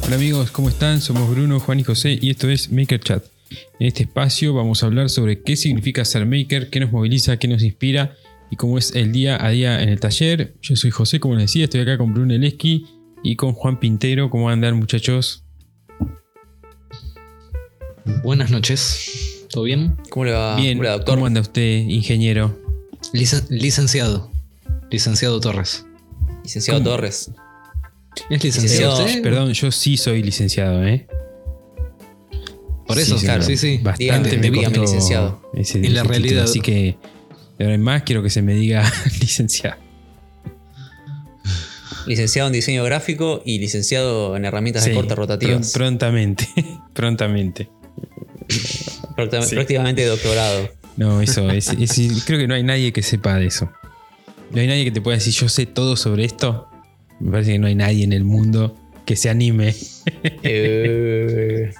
Hola amigos, ¿cómo están? Somos Bruno, Juan y José y esto es Maker Chat. En este espacio vamos a hablar sobre qué significa ser maker, qué nos moviliza, qué nos inspira y cómo es el día a día en el taller. Yo soy José, como les decía, estoy acá con Bruno Eleski y con Juan Pintero. ¿Cómo andan, muchachos? Buenas noches, ¿todo bien? ¿Cómo le va? Bien, ¿Cómo le va, doctor? ¿cómo anda usted, ingeniero? Licenciado Torres. Licenciado ¿Cómo? Torres. ¿Es licenciado Licenciado, usted? Perdón, yo sí soy licenciado, ¿eh? Por eso, Sí, claro, señor. sí. Bastante Dígame, me costó licenciado. ese En la título, realidad- así que de ahora en más quiero que se me diga licenciado. Licenciado en diseño gráfico y licenciado en herramientas de Sí, corte rotativas. prontamente. Sí. Prácticamente doctorado. No, eso es, creo que no hay nadie que sepa de eso. No hay nadie que te pueda decir yo sé todo sobre esto. Me parece que no hay nadie en el mundo que se anime. Eh,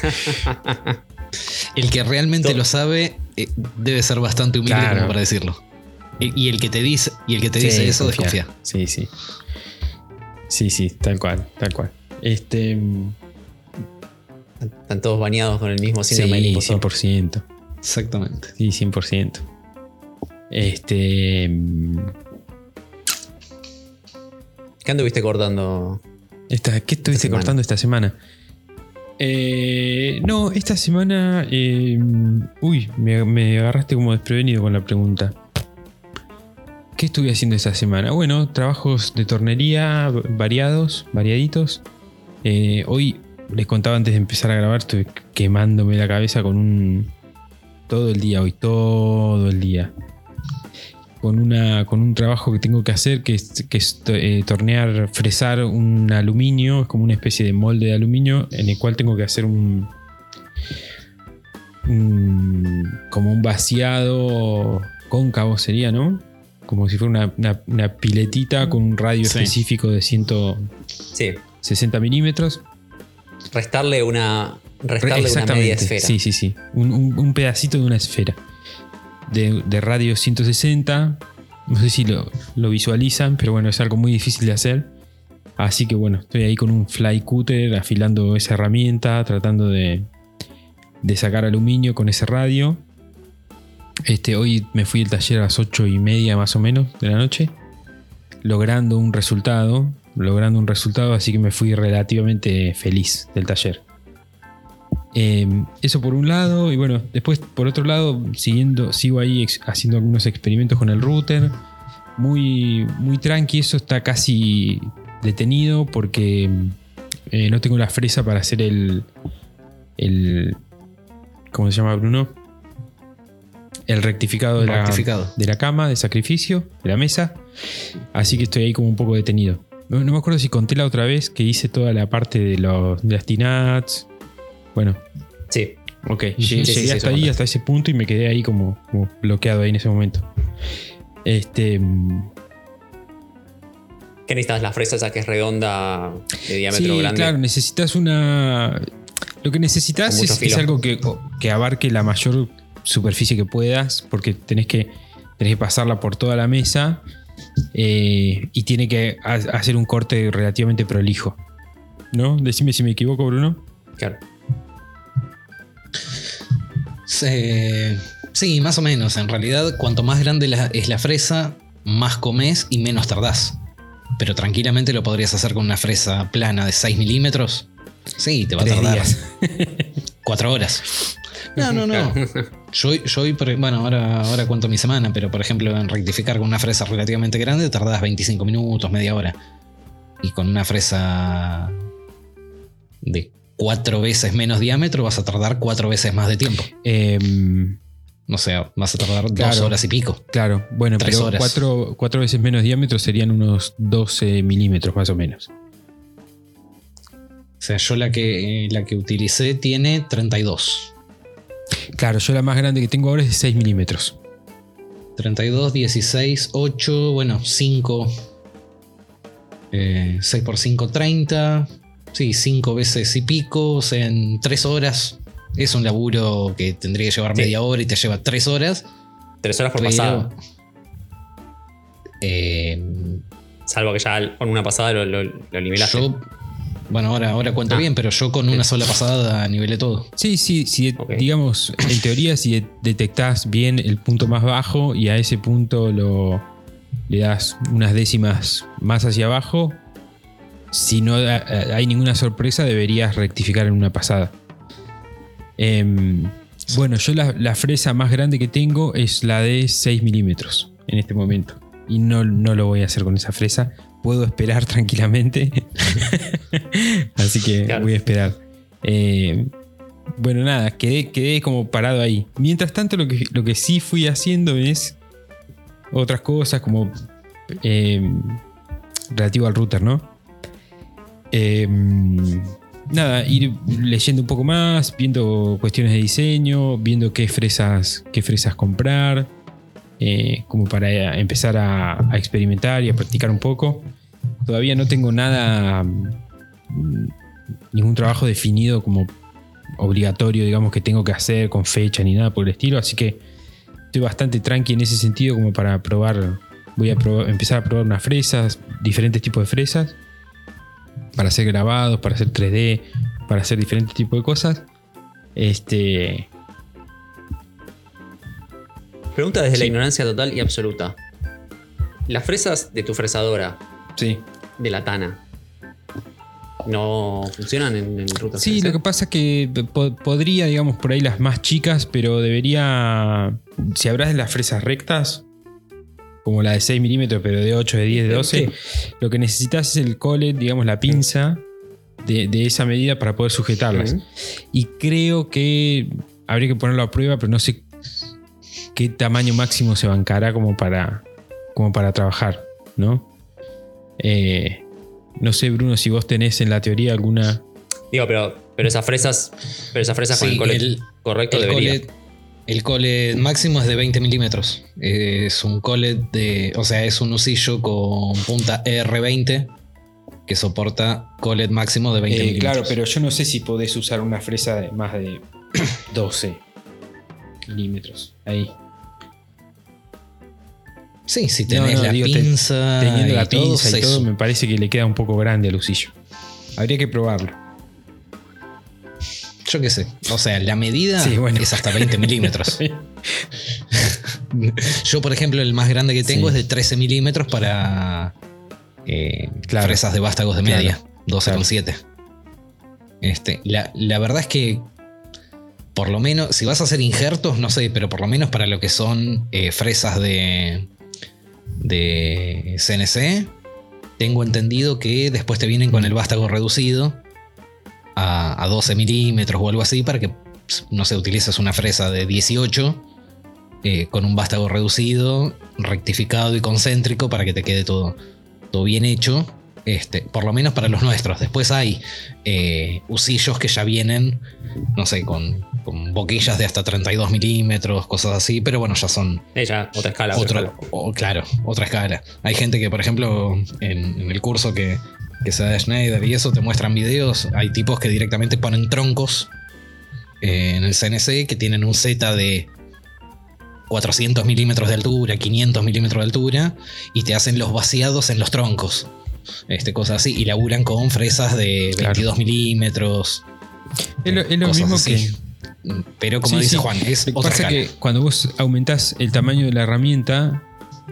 El que realmente Todo. lo sabe debe ser bastante humilde Claro. como para decirlo. Y el que te dice, eso, desconfía. Sí. Sí, tal cual. Están todos bañados con el mismo síndrome del Sí, impostor. 100%. Exactamente. Sí, 100%. ¿Qué anduviste cortando? ¿Qué estuviste semana? cortando esta semana? No, esta semana. Me agarraste como desprevenido con la pregunta. ¿Qué estuve haciendo esta semana? Bueno, trabajos de tornería variaditos. Hoy les contaba antes de empezar a grabar, estuve quemándome la cabeza con todo el día. Con un trabajo que tengo que hacer, que es fresar un aluminio, es como una especie de molde de aluminio en el cual tengo que hacer como un vaciado cóncavo sería, ¿no? Como si fuera una piletita con un radio Sí. específico de 160 Sí. milímetros. Restarle una media esfera. Sí. Un pedacito de una esfera. De radio 160. No sé si lo visualizan, pero bueno, es algo muy difícil de hacer. Así que bueno, estoy ahí con un fly cutter afilando esa herramienta, tratando de sacar aluminio con ese radio. Hoy me fui al taller a las 8:30 más o menos de la noche, logrando un resultado, así que me fui relativamente feliz del taller. Eso por un lado, y bueno, después por otro lado sigo ahí haciendo algunos experimentos con el router, muy tranqui. Eso está casi detenido porque no tengo la fresa para hacer el ¿cómo se llama, Bruno? El rectificado de la cama de sacrificio, de la mesa, así que estoy ahí como un poco detenido. No me acuerdo si conté la otra vez que hice toda la parte de las TINATs. Bueno, Sí. ok, Sí, llegué hasta ahí, contaste. hasta ese punto, y me quedé ahí como bloqueado ahí en ese momento. ¿Qué necesitas? La fresa esa que es redonda de diámetro Sí, grande. claro, necesitas una. Lo que necesitas Con mucho es filo. algo que abarque la mayor superficie que puedas, porque tenés que pasarla por toda la mesa, y tiene que hacer un corte relativamente prolijo, ¿no? Decime si me equivoco, Bruno. Claro. Sí, más o menos. En realidad, cuanto más grande es la fresa, más comes y menos tardás. Pero tranquilamente lo podrías hacer con una fresa plana de 6 milímetros. Sí, te va a 3 tardar días. 4 horas. No. Yo hoy, bueno, ahora cuento mi semana, pero por ejemplo, en rectificar con una fresa relativamente grande tardás 25 minutos, media hora. Y con una fresa de 4 veces menos diámetro vas a tardar 4 veces más de tiempo. O sea, vas a tardar 2 Claro. horas y pico. Claro, bueno, 3 pero horas. 4 veces menos diámetro serían unos 12 milímetros más o menos. O sea, yo la que utilicé tiene 32. Claro, yo la más grande que tengo ahora es de 6 milímetros. 32, 16, 8, bueno, 5. 6 por 5, 30. Sí, 5 veces y pico, o sea, en 3 horas. Es un laburo que tendría que llevar Sí. media hora y te lleva 3 horas. 3 horas por Pero, pasada. eh, Salvo que ya con una pasada lo nivelaste. yo Bueno, ahora cuento bien, pero yo con una sola pasada nivelé todo. Sí, Ok. digamos, en teoría, si detectás bien el punto más bajo y a ese punto le das unas décimas más hacia abajo, si no hay ninguna sorpresa, deberías rectificar en una pasada. Bueno, yo la fresa más grande que tengo es la de 6 milímetros en este momento. Y no lo voy a hacer con esa fresa. Puedo esperar tranquilamente. Así que Claro. voy a esperar. Bueno, nada, quedé como parado ahí. Mientras tanto, lo que sí fui haciendo es otras cosas como relativo al router, ¿no? Nada, ir leyendo un poco más, viendo cuestiones de diseño, viendo qué fresas comprar, como para empezar a experimentar y a practicar un poco. Todavía no tengo nada, ningún trabajo definido como obligatorio, digamos, que tengo que hacer con fecha ni nada por el estilo, así que estoy bastante tranqui en ese sentido como para probar. Voy a empezar a probar unas fresas, diferentes tipos de fresas, para hacer grabados, para hacer 3D, para hacer diferentes tipos de cosas. Pregunta desde la Sí. ignorancia total y absoluta. Las fresas de tu fresadora, Sí. de la Tana, ¿no funcionan en el router? Sí, CNC? lo que pasa es que podría, digamos, por ahí las más chicas, pero debería. Si hablas de las fresas rectas, como la de 6 milímetros, pero de 8, de 10, de 12, lo que necesitas es el collet, digamos, la pinza de esa medida para poder sujetarlas. Ujú. Y creo que habría que ponerlo a prueba, pero no sé qué tamaño máximo se bancará como para trabajar, ¿no? No sé, Bruno, si vos tenés en la teoría alguna. Digo, pero esas fresas con Sí, el collet correcto debería. El collet máximo es de 20 milímetros. Es un collet o sea, es un usillo con punta R20 que soporta collet máximo de 20 milímetros. Claro, pero yo no sé si podés usar una fresa de más de 12 milímetros. Ahí. Sí, si tenés No, la digo, pinza. Teniendo la todo, pinza y se todo, me parece que le queda un poco grande al usillo. Habría que probarlo. Yo qué sé. O sea, la medida Sí, bueno. es hasta 20 milímetros. Yo, por ejemplo, el más grande que tengo Sí. es de 13 milímetros para Claro. fresas de vástagos de Claro. media, 12,7. La verdad es que, por lo menos, si vas a hacer injertos, no sé, pero por lo menos para lo que son fresas de CNC, tengo entendido que después te vienen con el vástago reducido a 12 milímetros o algo así para que, no sé, utilices una fresa de 18 con un vástago reducido, rectificado y concéntrico para que te quede todo bien hecho. Por lo menos para los nuestros. Después hay usillos que ya vienen, no sé, con boquillas de hasta 32 milímetros, cosas así, pero bueno, ya son Ya, otra escala. claro, otra escala. Hay gente que, por ejemplo, en el curso que se da de Schneider y eso, te muestran videos. Hay tipos que directamente ponen troncos en el CNC que tienen un Z de 400 milímetros de altura, 500 milímetros de altura, y te hacen los vaciados en los troncos. Cosas así, y laburan con fresas de 22 milímetros. Es lo cosas mismo así. que. Pero como Sí, dice sí. Juan, es Lo que otra pasa escala. es que cuando vos aumentás el tamaño de la herramienta,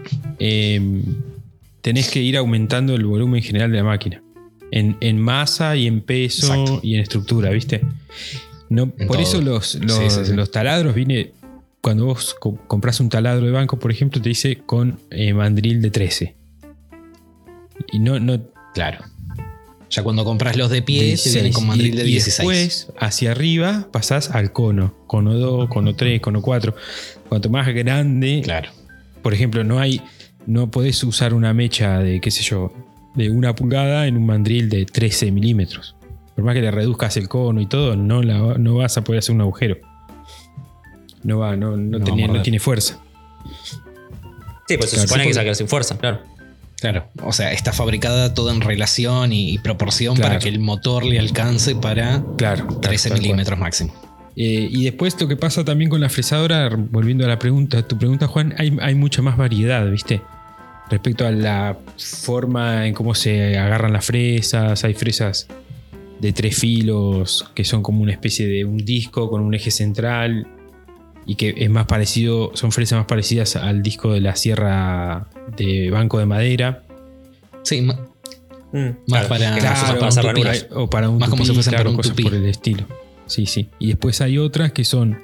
tenés que ir aumentando el volumen general de la máquina. En masa y en peso. Exacto. Y en estructura, ¿viste? No, En por todo. eso Sí, sí. los taladros viene. Cuando vos compras un taladro de banco, por ejemplo, te dice con mandril de 13. Y no Claro. Ya cuando compras los de pie, te vienen con mandril de 16. Y después, hacia arriba, pasás al cono. Cono 2, cono 3, cono 4. Cuanto más grande, Claro. por ejemplo, no podés usar una mecha de, qué sé yo, de 1 pulgada en un mandril de 13 milímetros. Por más que le reduzcas el cono y todo, no vas a poder hacer un agujero. No tiene fuerza. Sí, pues se Claro, supone sí, que porque- sacar sin fuerza, claro. Claro. O sea, está fabricada toda en relación y proporción Claro. para que el motor le alcance para Claro. 13 tal cual. milímetros máximo. Y después lo que pasa también con la fresadora, volviendo a tu pregunta, Juan, hay mucha más variedad, ¿viste? Respecto a la forma en cómo se agarran las fresas, hay fresas de 3 filos, que son como una especie de un disco con un eje central y que es más parecido, son fresas más parecidas al disco de la sierra de banco de madera. Sí, más Claro, para, que Claro, para hacer ranuras. o para un Más como tupí, si fuesen claro, para un cosas tupí. por el estilo. Sí, sí. Y después hay otras que son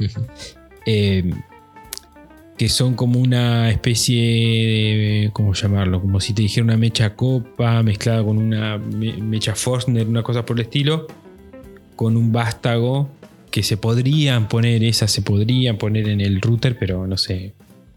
como una especie de, ¿cómo llamarlo? Como si te dijera una mecha copa mezclada con una mecha Forstner, una cosa por el estilo, con un vástago que se podrían poner en el router, pero no sé.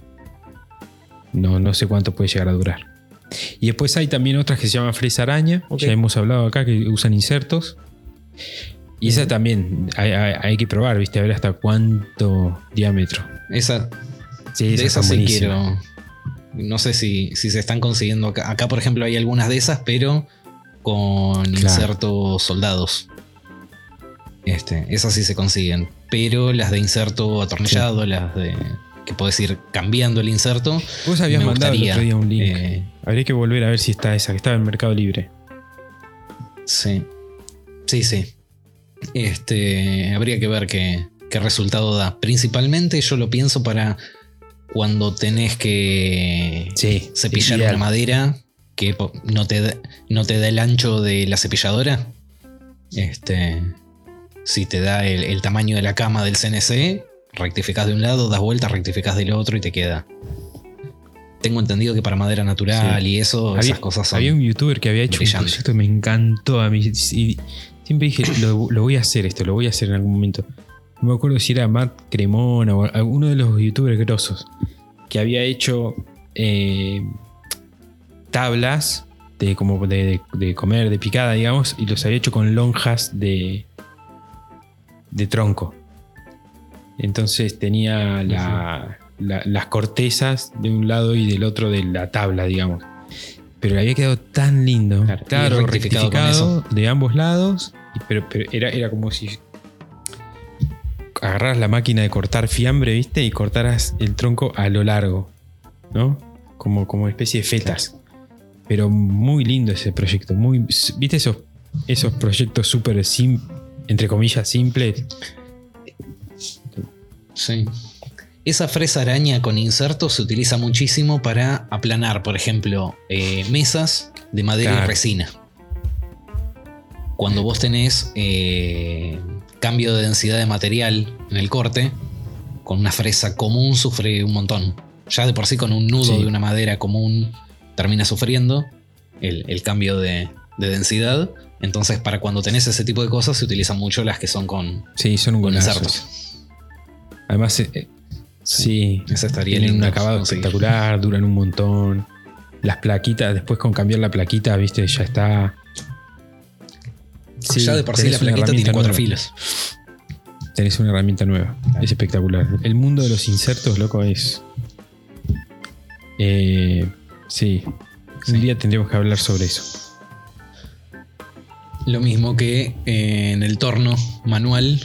No sé cuánto puede llegar a durar. Y después hay también otras que se llaman fresa araña. Ok. Ya hemos hablado acá que usan insertos. Y esa también hay que probar, ¿viste? A ver hasta cuánto diámetro. esa, Sí, de esas esas están sí buenísimas. quiero. No sé si se están consiguiendo acá. Acá, por ejemplo, hay algunas de esas, pero con insertos soldados. Esas sí se consiguen. Pero las de inserto atornillado, las de que podés ir cambiando el inserto. Vos habías me mandado el gustaría, otro día un link. Habría que volver a ver si está esa, que estaba en Mercado Libre. Sí. Sí. Habría que ver qué resultado da. Principalmente yo lo pienso para cuando tenés que Sí, cepillar ideal. una madera que no te da el ancho de la cepilladora. Si te da el tamaño de la cama del CNC, rectificás de un lado, das vuelta, rectificás del otro y te queda. Tengo entendido que para madera natural Sí. y eso, esas cosas son. Había un youtuber que había hecho brillantes. un proyecto que me encantó a mí. Y siempre dije, lo voy a hacer esto, lo voy a hacer en algún momento. No me acuerdo si era Matt Cremona o alguno de los youtubers grosos que había hecho tablas de comer, de picada, digamos, y los había hecho con lonjas de tronco. Entonces tenía las cortezas de un lado y del otro de la tabla, digamos. Pero le había quedado tan lindo. Claro, y rectificado con rectificado de ambos lados. Pero era como si agarraras la máquina de cortar fiambre, ¿viste? Y cortaras el tronco a lo largo, ¿no? Como especie de fetas. Pero muy lindo ese proyecto. ¿Viste esos proyectos súper entre comillas simples? Sí. Esa fresa araña con insertos se utiliza muchísimo para aplanar, por ejemplo, mesas de madera Claro. y resina. Cuando vos tenés cambio de densidad de material en el corte, con una fresa común sufre un montón. Ya de por sí con un nudo Sí. de una madera común termina sufriendo el cambio de densidad. Entonces, para cuando tenés ese tipo de cosas, se utilizan mucho las que son con Sí, son un golazo. insertos. Además, sí, Esa estaría tienen un lindo acabado conseguir. espectacular, duran un montón. Las plaquitas, después con cambiar la plaquita, viste, ya está. Sí, ya de por sí la tenés una plaquita tiene herramienta 4 nueva. filos. Tenés una herramienta nueva. Es espectacular. El mundo de los insertos, loco, es. Sí. Un día tendríamos que hablar sobre eso. Lo mismo que en el torno manual,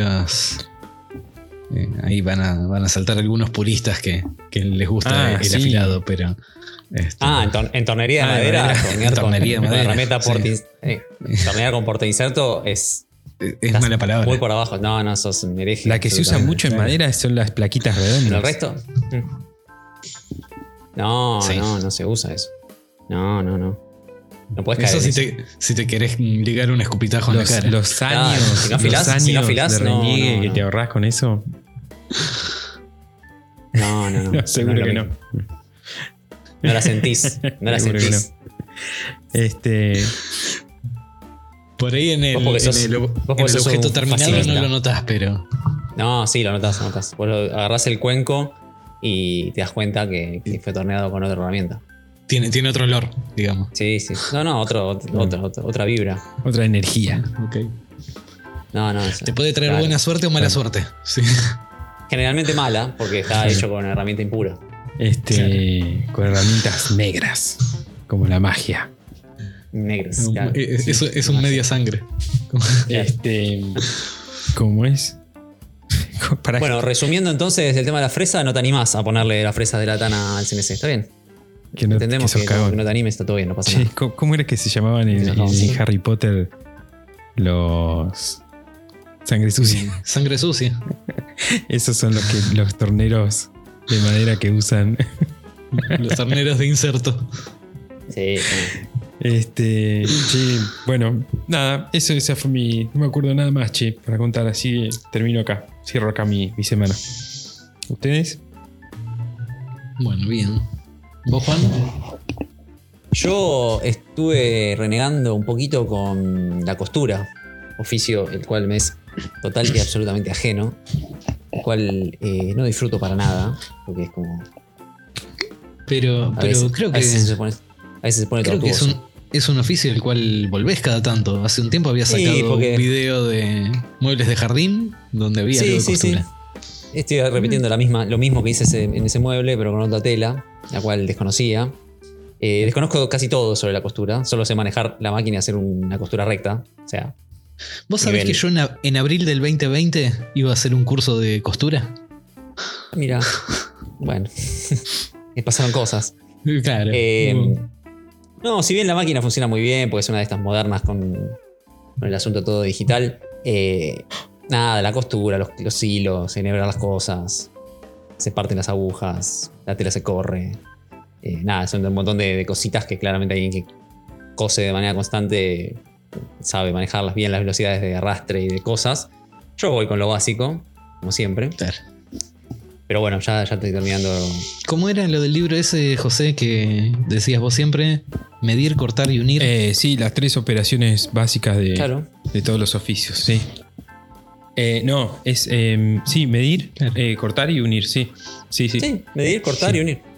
ahí van a saltar algunos puristas que les gusta el sí. afilado, pero. En tornería de Ah, de madera, madera. tornear Tornería de con madera, herramienta sí. tornear con portainserto es Es mala palabra. muy por abajo. No, sos un hereje. La que se usa absolutamente. mucho en madera son las plaquitas redondas. ¿En el resto? No, Sí. no se usa eso. No. No puedes caer. Eso en si te querés ligar un escupitajo en la cara. Los años, Claro, si no afilás- los años si no afilás, de no, reniegue no, que no. te ahorrás con eso. No. No, seguro es que lo no. mismo. No la sentís. No la Seguro que sentís. Por ahí en el, Vos porque sos- en el- vos en porque el sos objeto un terminado fascista. no lo notás, pero. No, sí, lo notás. Vos agarrás el cuenco y te das cuenta que fue torneado con otra herramienta. Tiene otro olor, digamos. Sí. No, otra vibra. Otra energía. No. Te puede traer Claro. buena suerte o mala suerte. Sí. Generalmente mala, porque está hecho con una herramienta impura. Con herramientas negras, como la magia. Negras, claro. Es un media sangre. ¿Cómo es? Para Bueno, resumiendo entonces el tema de la fresa, no te animás a ponerle la fresa de la tana al CNC, ¿está bien? que no, Entendemos sos que cagón. no te animes, está todo bien, no pasa Sí, nada. ¿cómo era que se llamaban en Sí. Harry Potter los sangre sucia. Sangre sucia. Esos son los torneros de madera que usan. Los torneros de inserto. Sí. Sí, bueno, nada, esa fue no me acuerdo nada más, che, para contar, así termino acá, cierro acá mi semana. ¿Ustedes? Bueno, bien. ¿Vos, Juan? Yo estuve renegando un poquito con la costura, oficio el cual me es total y absolutamente ajeno, el cual no disfruto para nada, porque es como... Pero creo que... A veces se pone creo que es un oficio el cual volvés cada tanto. Hace un tiempo había sacado un video de muebles de jardín donde había algo de costura. Sí. Estoy repitiendo lo mismo que hice en ese mueble, pero con otra tela, la cual desconocía. Desconozco casi todo sobre la costura. Solo sé manejar la máquina y hacer una costura recta. O sea, ¿vos sabés que yo en abril del 2020 iba a hacer un curso de costura? Mira, bueno, pasaron cosas. Claro. No, si bien la máquina funciona muy bien, porque es una de estas modernas con el asunto todo digital, nada, la costura, los hilos, enhebrar las cosas, se parten las agujas, la tela se corre. Nada, son un montón de cositas que claramente alguien que cose de manera constante sabe manejarlas bien, las velocidades de arrastre y de cosas. Yo voy con lo básico, como siempre. Claro. Pero bueno, ya estoy terminando. ¿Cómo era lo del libro ese, José, que decías vos siempre? Medir, cortar y unir. Sí, las 3 operaciones básicas de todos los oficios, sí. No, es sí, medir, claro. Cortar y unir, sí. Sí, medir, cortar y unir.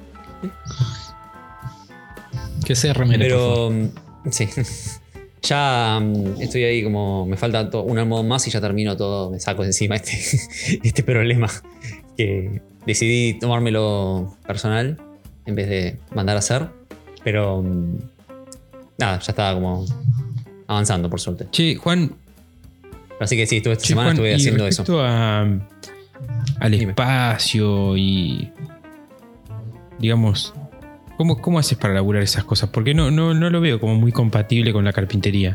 Que sea remera. Pero sí. Ya estoy ahí como me falta un armado más y ya termino todo, me saco de encima este problema que decidí tomármelo personal en vez de mandar a hacer, pero nada, ya estaba como avanzando por suerte. Che, Juan. Así que sí, esta semana estuve haciendo eso. Al espacio y digamos, ¿cómo haces para laburar esas cosas? Porque no lo veo como muy compatible con la carpintería.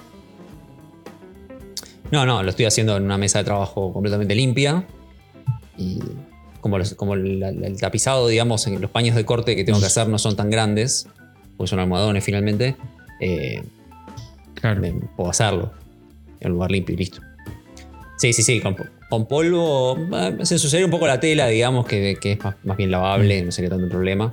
No, lo estoy haciendo en una mesa de trabajo completamente limpia. Y como el tapizado, digamos, los paños de corte que tengo que hacer no son tan grandes, porque son almohadones finalmente, claro. Puedo hacerlo en un lugar limpio y listo. Sí, con polvo se ensuciaría un poco la tela, digamos, que es más bien lavable, no sería tanto problema.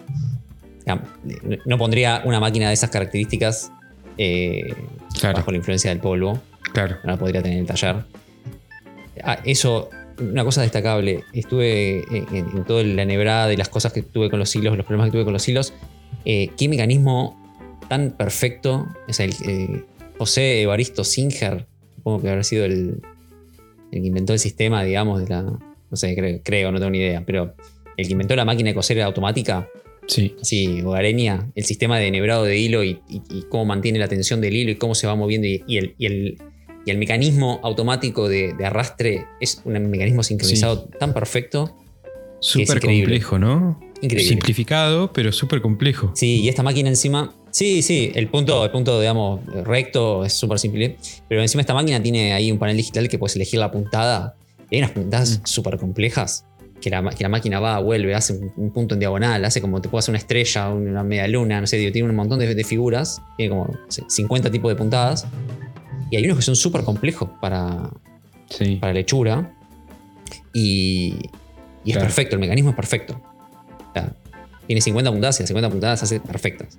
No pondría una máquina de esas características bajo la influencia del polvo. Claro. No la podría tener en el taller. Eso, una cosa destacable. Estuve en toda la nebrada de las cosas que tuve con los hilos, los problemas que tuve con los hilos. Qué mecanismo tan perfecto. O sea, José Evaristo Singer, supongo que habrá sido el que inventó el sistema, digamos, no sé, creo, no tengo ni idea, pero el que inventó la máquina de coser automática. Sí, hogareña, el sistema de enhebrado de hilo y cómo mantiene la tensión del hilo y cómo se va moviendo y el mecanismo automático de arrastre es un mecanismo sincronizado tan perfecto. Súper complejo, ¿no? Increíble. Simplificado, pero súper complejo. Sí, y esta máquina encima... Sí, el punto, digamos, recto es súper simple, pero encima esta máquina tiene ahí un panel digital que puedes elegir la puntada. Y hay unas puntadas súper complejas. Que la máquina va, vuelve, hace un punto en diagonal, hace como te puede hacer una estrella, una media luna, no sé, tiene un montón de figuras, tiene como 50 tipos de puntadas, y hay unos que son súper complejos para lechura, y es perfecto, el mecanismo es perfecto. O sea, tiene 50 puntadas y las 50 puntadas hace perfectas.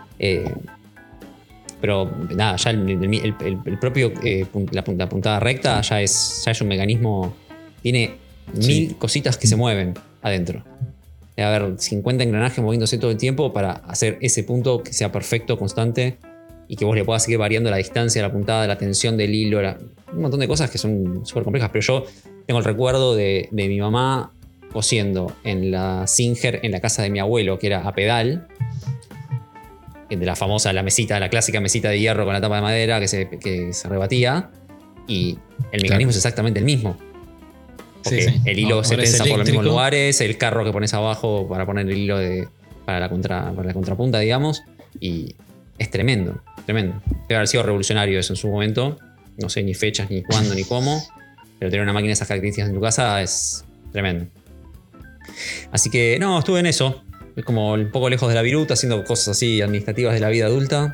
Pero nada, ya el propio, la puntada recta ya es un mecanismo, tiene 1000 cositas que se mueven adentro. Debe haber 50 engranajes moviéndose todo el tiempo para hacer ese punto que sea perfecto, constante y que vos le puedas seguir variando la distancia, la puntada, la tensión del hilo, un montón de cosas que son súper complejas. Pero yo tengo el recuerdo de mi mamá cosiendo en la Singer en la casa de mi abuelo, que era a pedal, de la famosa, la clásica mesita de hierro con la tapa de madera que se rebatía, y el mecanismo es exactamente el mismo. Porque el hilo se tensa por los mismos lugares, el carro que pones abajo para poner el hilo para la contrapunta, digamos, y es tremendo. Debe haber sido revolucionario eso en su momento. no sé ni fechas, ni cuándo, ni cómo. Pero tener una máquina de esas características en tu casa es tremendo. Así que no, estuve en eso. Es como un poco lejos de la viruta, haciendo cosas así administrativas de la vida adulta.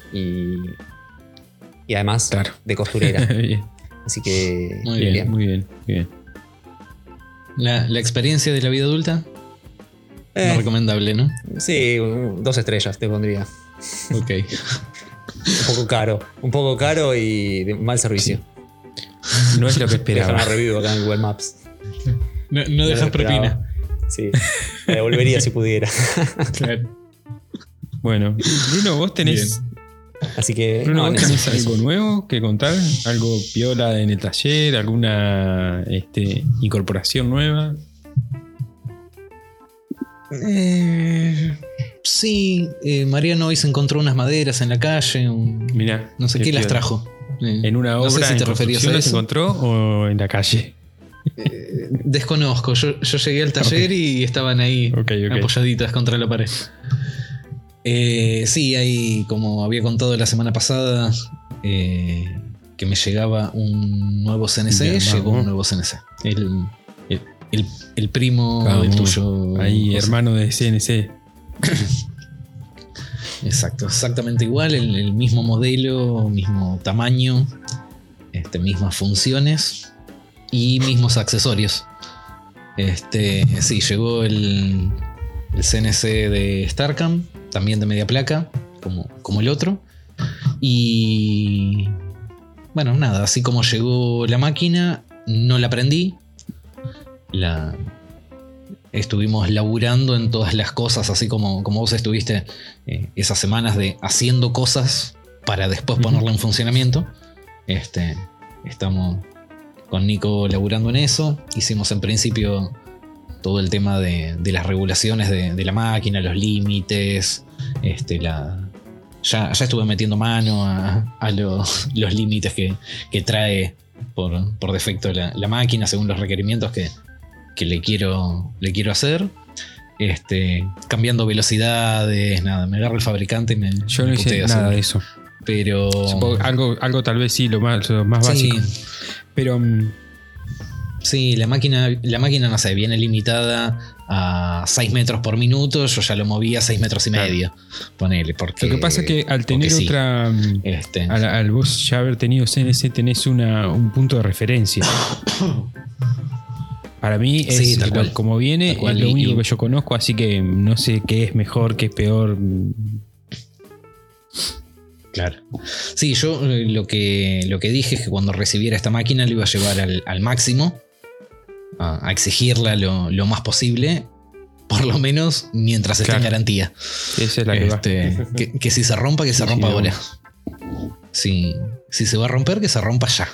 Y además de costurera. Bien. Así que Muy bien. Muy bien. La experiencia de la vida adulta, no recomendable, ¿no? Sí, 2 estrellas te pondría. Ok. Un poco caro y de mal servicio. No es lo que Dejan esperaba. una review acá en Google Maps. No dejas propina. Sí, la devolvería si pudiera. Claro. Bueno, Bruno, vos tenés... Así que Bruno, no, ¿vos tenés eso. algo nuevo que contar? ¿Algo piola en el taller? ¿Alguna incorporación nueva? Sí, Mariano hoy se encontró unas maderas en la calle. Mirá. No sé qué las piola. trajo. ¿En una obra No sé si en te referías construcción a las eso. encontró o en la calle? Desconozco. Yo llegué al taller y estaban ahí Ok. apoyaditas contra la pared. Sí, hay, como había contado la semana pasada, que me llegaba un nuevo CNC. Bien, llegó vamos. un nuevo CNC. El primo Vamos. del tuyo. Ahí, José. hermano de CNC. Exacto, exactamente igual, el mismo modelo, mismo tamaño, mismas funciones y mismos accesorios. Sí, llegó el CNC de Starcam, también de media placa, como el otro. Y bueno, nada, así como llegó la máquina, no la prendí. Estuvimos laburando en todas las cosas, así como vos estuviste esas semanas de haciendo cosas para después ponerla en funcionamiento. Estamos con Nico laburando en eso. Hicimos en principio todo el tema de las regulaciones de la máquina, los límites. Ya estuve metiendo mano a los límites que trae por defecto la máquina según los requerimientos que le quiero hacer. Cambiando velocidades, nada, me agarra el fabricante y me Yo no hice putea nada seguro. de eso. Pero Supongo algo tal vez sí, lo más básico. Pero sí, la máquina, no sé, viene limitada a 6 metros por minuto. Yo ya lo moví a 6 metros y medio. Ponele, porque. lo que pasa es que al tener sí. otra. Al vos ya haber tenido CNC, tenés un punto de referencia. Para mí es Sí, tal cual. como viene, Tal cual, es lo y- único que yo conozco, así que no sé qué es mejor, qué es peor. Claro. Sí, yo lo que dije es que cuando recibiera esta máquina lo iba a llevar al máximo, a exigirla lo más posible, por lo menos mientras esté en Claro. garantía. Esa es la que va. Que si se rompa, que se Sí, rompa sí, ahora. Si se va a romper, que se rompa ya.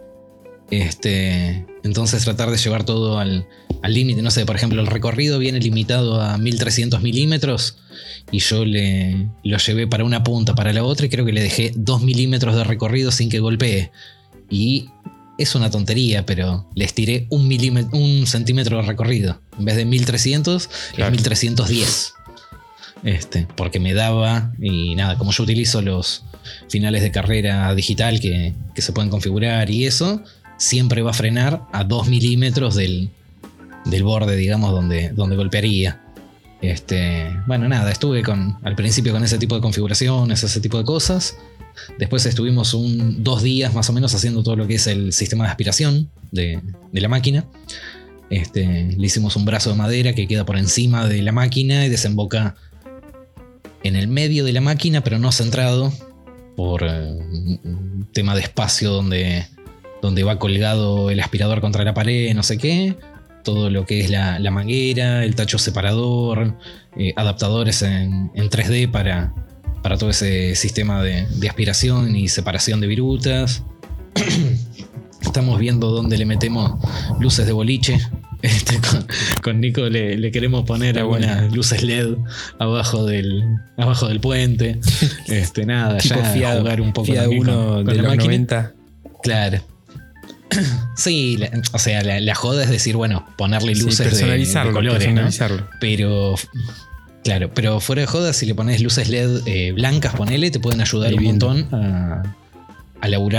Entonces tratar de llevar todo al límite. No sé, por ejemplo, el recorrido viene limitado a 1300 milímetros y yo lo llevé para una punta, para la otra, y creo que le dejé 2 milímetros de recorrido sin que golpee. Y es una tontería, pero le estiré 1 centímetro de recorrido. En vez de 1300, Claro. es 1310. Porque me daba, y nada, como yo utilizo los finales de carrera digital que se pueden configurar y eso, siempre va a frenar a 2 milímetros del borde, digamos, donde golpearía. Bueno, nada, estuve al principio con ese tipo de configuraciones, ese tipo de cosas. Después estuvimos 2 días más o menos haciendo todo lo que es el sistema de aspiración de la máquina. Le hicimos un brazo de madera que queda por encima de la máquina y desemboca en el medio de la máquina, pero no centrado, por un tema de espacio donde va colgado el aspirador contra la pared, no sé qué. Todo lo que es la manguera, el tacho separador, adaptadores en 3D para todo ese sistema de aspiración y separación de virutas. Estamos viendo dónde le metemos luces de boliche. Con Nico le queremos poner Está algunas bueno. luces LED abajo del puente. Nada, Tipo ya Fiat, jugar un poco Fiat también 1 con de la los máquina. 90. Claro. Sí, o sea, la joda es decir, bueno, ponerle Sí, luces de personalizarlo, colores, personalizarlo. ¿no? Pero fuera de joda, si le pones luces LED blancas, ponele, te pueden ayudar Ahí un viendo. montón a laburar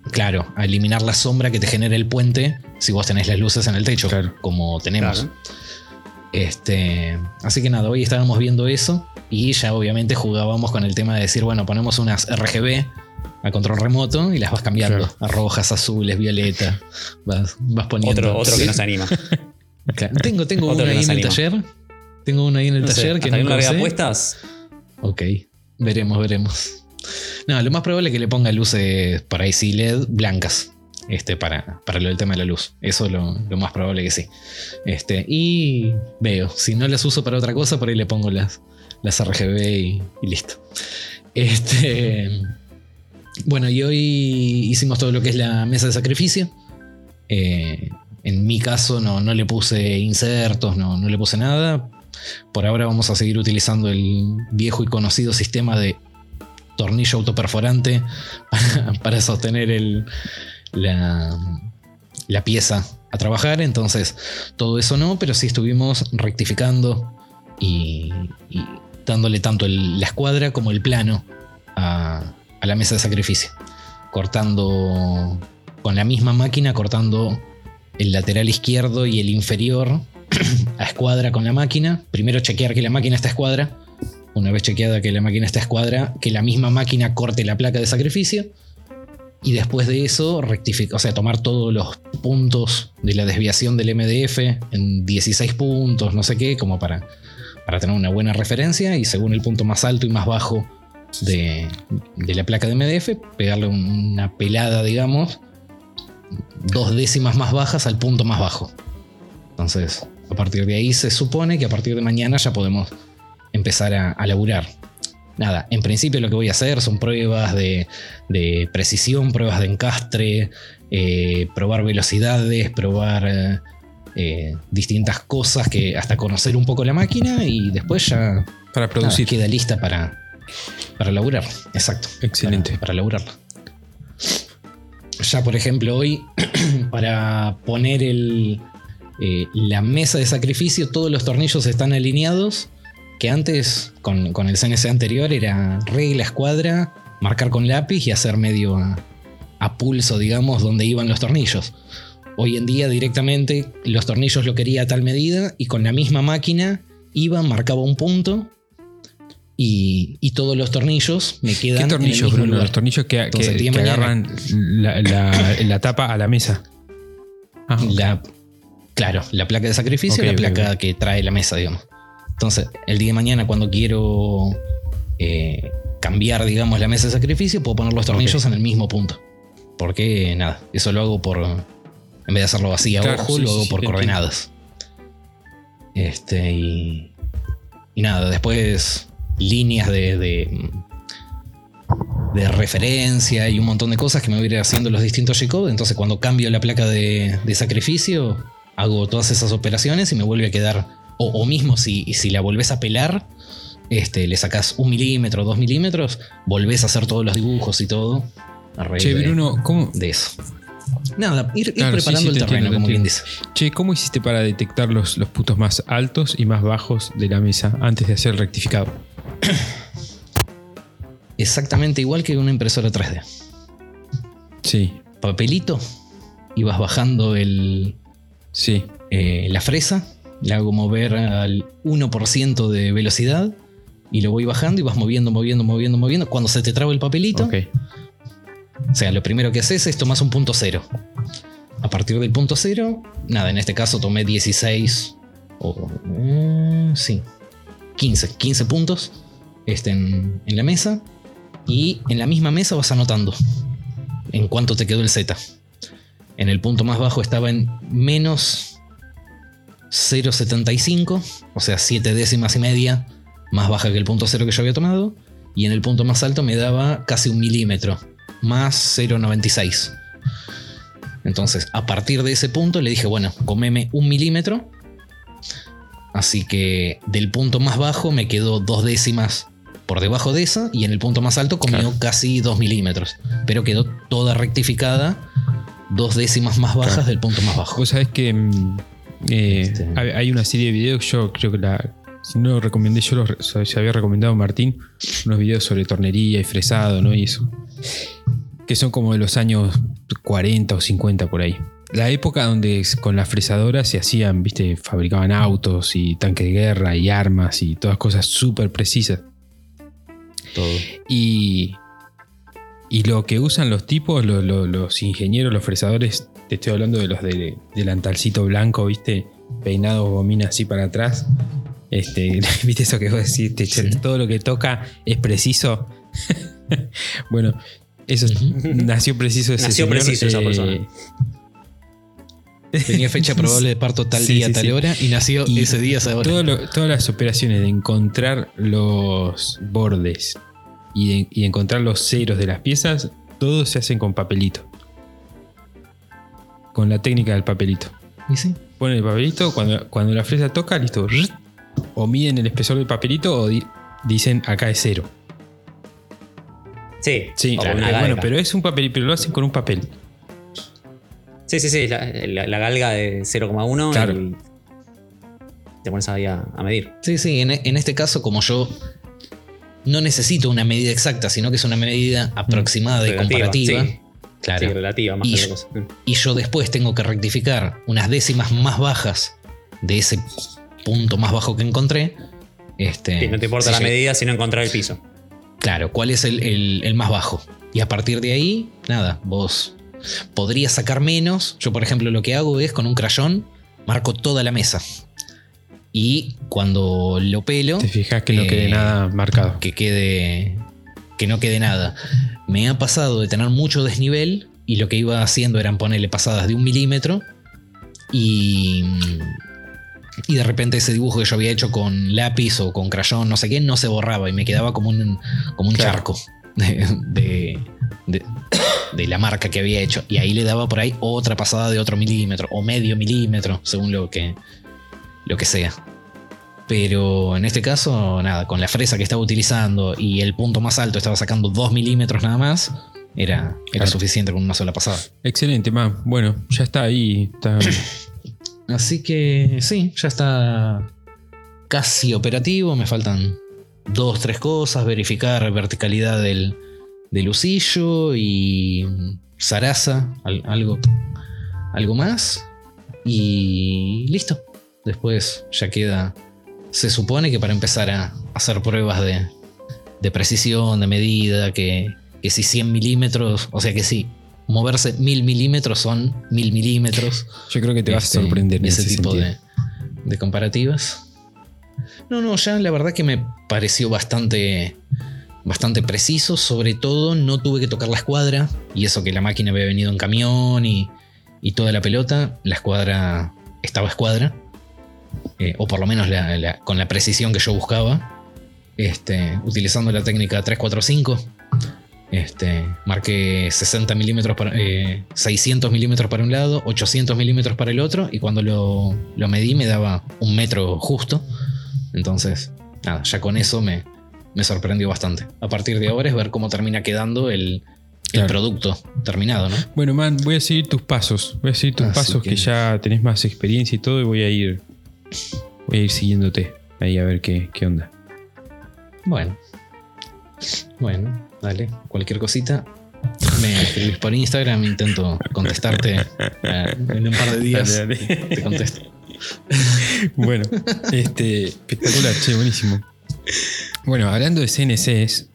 claro, a eliminar la sombra que te genera el puente si vos tenés las luces en el techo, Claro. como tenemos. Claro. Así que nada, hoy estábamos viendo eso y ya obviamente jugábamos con el tema de decir, bueno, ponemos unas RGB a control remoto y las vas cambiando Claro. a rojas, azules, violeta. Vas poniendo. Otro que nos anima. Claro. Tengo Otro uno que ahí nos en el anima. taller. Tengo uno ahí en el No sé, taller que hasta no no le usé. apuestas. Ok, veremos. No, lo más probable es que le ponga luces por ahí sí LED blancas. Para lo del tema de la luz. Eso lo más probable que sí. Y veo, si no las uso para otra cosa, por ahí le pongo las RGB y listo. Bueno, y hoy hicimos todo lo que es la mesa de sacrificio. En mi caso no le puse insertos, no le puse nada. Por ahora vamos a seguir utilizando el viejo y conocido sistema de tornillo autoperforante para sostener la pieza a trabajar. Entonces todo eso no, pero sí estuvimos rectificando y dándole tanto la escuadra como el plano a la mesa de sacrificio, cortando con la misma máquina, cortando el lateral izquierdo y el inferior a escuadra con la máquina. Primero chequear que la máquina está a escuadra. Una vez chequeada que la máquina está a escuadra, que la misma máquina corte la placa de sacrificio. Y después de eso rectificar, o sea, tomar todos los puntos de la desviación del MDF en 16 puntos, no sé qué, como para tener una buena referencia. Y según el punto más alto y más bajo de la placa de MDF, pegarle una pelada, digamos, 2 décimas más bajas al punto más bajo. Entonces, a partir de ahí se supone que a partir de mañana ya podemos empezar a laburar. Nada, en principio lo que voy a hacer son pruebas de precisión, pruebas de encastre, probar velocidades, probar distintas cosas, que hasta conocer un poco la máquina, y después ya Para producir. queda lista para laburar. Exacto. Excelente. Para laburarla. Ya, por ejemplo, hoy para poner la mesa de sacrificio, todos los tornillos están alineados. Que antes, con el CNC anterior, era regla, escuadra, marcar con lápiz y hacer medio a pulso, digamos, donde iban los tornillos. Hoy en día directamente los tornillos lo quería a tal medida y con la misma máquina iba, marcaba un punto y todos los tornillos me quedan ¿Qué tornillos, en el mismo Bruno? lugar. Los tornillos que Entonces, el día de mañana- agarran la tapa a la mesa. Ah, ok. Claro, la placa de sacrificio Ok, y la ok, placa ok. que trae la mesa, digamos. Entonces, el día de mañana, cuando quiero cambiar, digamos, la mesa de sacrificio, puedo poner los tornillos en el mismo punto. Porque, nada, eso lo hago en vez de hacerlo así a Claro, ojo, sí, lo hago sí, por sí, coordenadas. Y nada, después líneas de referencia y un montón de cosas que me voy a ir haciendo los distintos G-code. Entonces, cuando cambio la placa de sacrificio, hago todas esas operaciones y me vuelve a quedar. O mismo si la volvés a pelar, le sacás 1 milímetro, 2 milímetros, volvés a hacer todos los dibujos y todo. A raíz Che, Bruno, ¿cómo? de eso. Nada, ir Claro, preparando sí, el te terreno, entiendo, como te bien entiendo. dice. Che, ¿cómo hiciste para detectar los puntos más altos y más bajos de la mesa antes de hacer el rectificado? Exactamente igual que una impresora 3D. Sí, Papelito, y vas bajando sí. la fresa, la hago mover al 1% de velocidad y lo voy bajando y vas moviendo. Cuando se te traba el papelito, Ok. o sea, lo primero que haces es tomás un punto cero. A partir del punto cero, nada, en este caso tomé 16 o 15 puntos en la mesa, y en la misma mesa vas anotando en cuánto te quedó el Z. En el punto más bajo estaba en menos 0,75, o sea, 7 décimas y media más baja que el punto cero que yo había tomado, y en el punto más alto me daba casi 1 milímetro, más 0,96. Entonces, a partir de ese punto le dije, bueno, comeme 1 milímetro. Así que del punto más bajo me quedó 2 décimas por debajo de esa, y en el punto más alto comió casi 2 milímetros. Pero quedó toda rectificada, 2 décimas más bajas del punto más bajo. Vos sabés que hay una serie de videos, yo creo que si no lo recomendé, se había recomendado Martín, unos videos sobre tornería y fresado, ¿no? Y eso. que son como de los años 40 o 50 por ahí. La época donde con la fresadora se hacían, viste, fabricaban autos y tanques de guerra y armas y todas cosas súper precisas. Todo. Y lo que usan los tipos, los ingenieros, los fresadores, te estoy hablando de los de delantalcito blanco, viste, peinados gomina así para atrás. Viste eso que vos decís, Sí. todo lo que toca es preciso. Bueno, eso nació preciso ese Nació señor, preciso esa persona. Tenía fecha probable de parto tal Sí, día, sí, tal sí. hora, y nació Y ese día, esa hora. todas las operaciones de encontrar los bordes y de encontrar los ceros de las piezas, todo se hacen con papelito. Con la técnica del papelito. ¿Y sí? Ponen el papelito, cuando la fresa toca, listo. O miden el espesor del papelito o dicen acá es cero. Sí, Sí, o claro, una bueno, galga. pero es un papel, pero lo hacen con un papel. Sí, la galga de 0,1 Claro. y te pones ahí a medir. Sí, sí, en este caso, como yo no necesito una medida exacta, sino que es una medida aproximada y Relativa, comparativa. sí. Claro. Sí, relativa, más Y que yo- otra cosa. Y yo después tengo que rectificar unas décimas más bajas de ese punto más bajo que encontré. Sí, no te importa si la yo- medida, sino encontrar el piso. Claro, ¿cuál es el más bajo? Y a partir de ahí, nada, vos podrías sacar menos. Yo, por ejemplo, lo que hago es con un crayón, marco toda la mesa. Y cuando lo pelo, Te fijas que no quede nada marcado. que no quede nada. Me ha pasado de tener mucho desnivel y lo que iba haciendo eran ponerle pasadas de 1 milímetro y de repente ese dibujo que yo había hecho con lápiz o con crayón, no sé qué, no se borraba y me quedaba como un Claro. charco de la marca que había hecho. Y ahí le daba por ahí otra pasada de otro milímetro o medio milímetro, según lo que sea. Pero en este caso, nada, con la fresa que estaba utilizando y el punto más alto estaba sacando 2 milímetros nada más, era Claro. suficiente con una sola pasada. Excelente, man. Bueno, ya está ahí. Está... Así que sí, ya está casi operativo. Me faltan 2-3 cosas: verificar verticalidad del husillo y zaraza, algo más. Y listo. Después ya queda. Se supone que para empezar a hacer pruebas de precisión, de medida, que si 100 milímetros, o sea que si moverse 1000 milímetros son 1000 milímetros. Yo creo que te vas a sorprender en ese ese tipo sentido. de comparativas. No, ya la verdad que me pareció bastante preciso. Sobre todo no tuve que tocar la escuadra, y eso que la máquina había venido en camión y toda la pelota. La escuadra estaba escuadra. O por lo menos con la precisión que yo buscaba, utilizando la técnica 345. Marqué 60 milímetros 600 milímetros para un lado, 800 milímetros para el otro, y cuando lo medí me daba 1 metro justo. Entonces, nada, ya con eso me sorprendió bastante. A partir de ahora es ver cómo termina quedando el Claro. producto terminado, ¿no? Bueno, man, voy a seguir tus pasos. Voy a seguir tus Así pasos que que- ya tenés más experiencia y todo, y voy a ir siguiéndote ahí a ver qué onda. Bueno, dale, cualquier cosita. Me escribís por Instagram, intento contestarte en un par de días. Dale, dale. Te contesto. Bueno, espectacular, che, buenísimo. Bueno, hablando de CNCs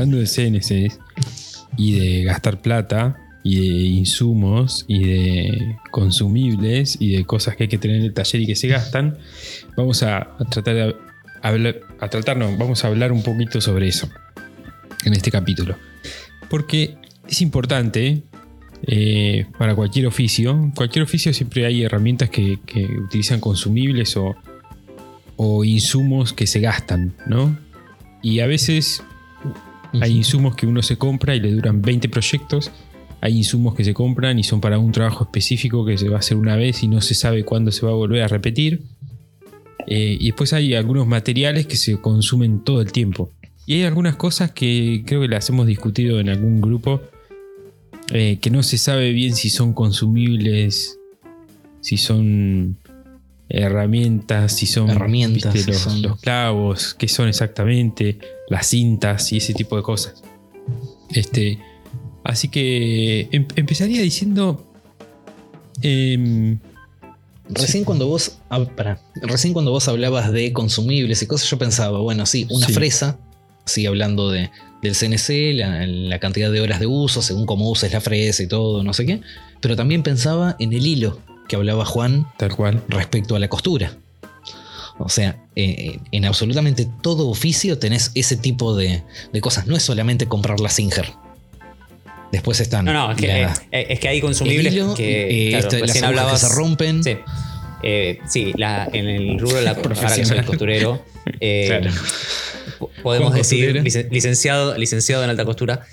y de gastar plata y de insumos y de consumibles y de cosas que hay que tener en el taller y que se gastan, vamos a tratar de vamos a hablar un poquito sobre eso en este capítulo. Porque es importante para cualquier oficio. Cualquier oficio siempre hay herramientas que utilizan consumibles o insumos que se gastan, ¿no? Y a veces hay insumos que uno se compra y le duran 20 proyectos. Hay insumos que se compran y son para un trabajo específico que se va a hacer una vez y no se sabe cuándo se va a volver a repetir. Y después hay algunos materiales que se consumen todo el tiempo. Y hay algunas cosas que creo que las hemos discutido en algún grupo, que no se sabe bien si son consumibles, si son herramientas, si son Herramientas, ¿viste? si son- Los clavos, qué son exactamente, las cintas y ese tipo de cosas. Así que empezaría diciendo... Recién cuando vos hablabas de consumibles y cosas, yo pensaba, bueno, sí, una fresa, sí, hablando del CNC, la cantidad de horas de uso, según cómo uses la fresa y todo, no sé qué. Pero también pensaba en el hilo que hablaba Juan, tal cual, respecto a la costura. O sea, en absolutamente todo oficio tenés ese tipo de cosas. No es solamente comprar la Singer. Después están. No, es que hay consumibles hilo, que. Claro, las agujas que se rompen. Sí. En el rubro de ahora que soy costurero, claro. Podemos decir licenciado en alta costura.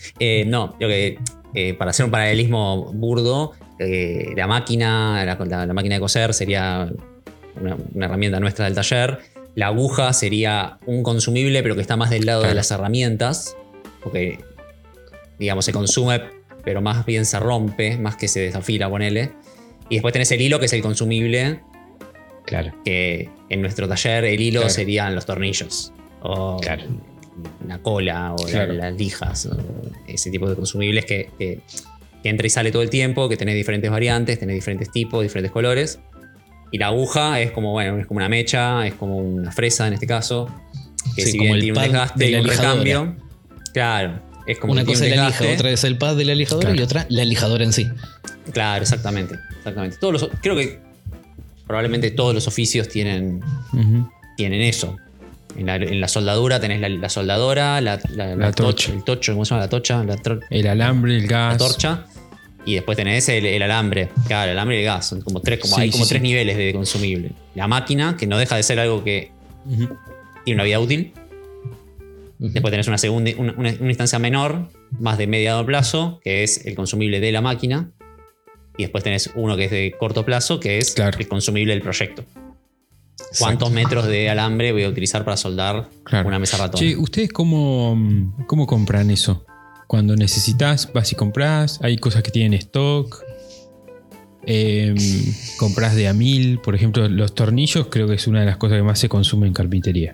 Para hacer un paralelismo burdo, la máquina de coser sería una herramienta nuestra del taller. La aguja sería un consumible, pero que está más del lado de las herramientas, porque digamos se consume, pero más bien se rompe, más que se desafila, ponele. Y después tenés el hilo, que es el consumible. Claro. Que en nuestro taller el hilo serían los tornillos. O la cola, o las lijas. O ese tipo de consumibles que entra y sale todo el tiempo, que tenés diferentes variantes, tenés diferentes tipos, diferentes colores. Y la aguja es como una mecha, es como una fresa en este caso. Que si bien tiene un desgaste y un recambio. Claro. Es como una cosa es la lija, otra es el pad de la lijadora y otra la lijadora en sí. Claro, exactamente. Creo que probablemente todos los oficios tienen eso. En la soldadura tenés la soldadora, la tocha, el tocho, ¿cómo se llama? La tocha, el alambre, el gas. La torcha. Y después tenés el alambre. Claro, el alambre y el gas. Son como tres, hay tres niveles de consumible. La máquina, que no deja de ser algo que tiene una vida útil. Después tenés una instancia menor, más de mediano plazo, que es el consumible de la máquina. Y después tenés uno que es de corto plazo, que es el consumible del proyecto. ¿Cuántos metros de alambre voy a utilizar para soldar una mesa ratón? Che, ¿ustedes cómo compran eso? Cuando necesitas, vas y compras. Hay cosas que tienen stock. Compras de a 1000. Por ejemplo, los tornillos creo que es una de las cosas que más se consume en carpintería.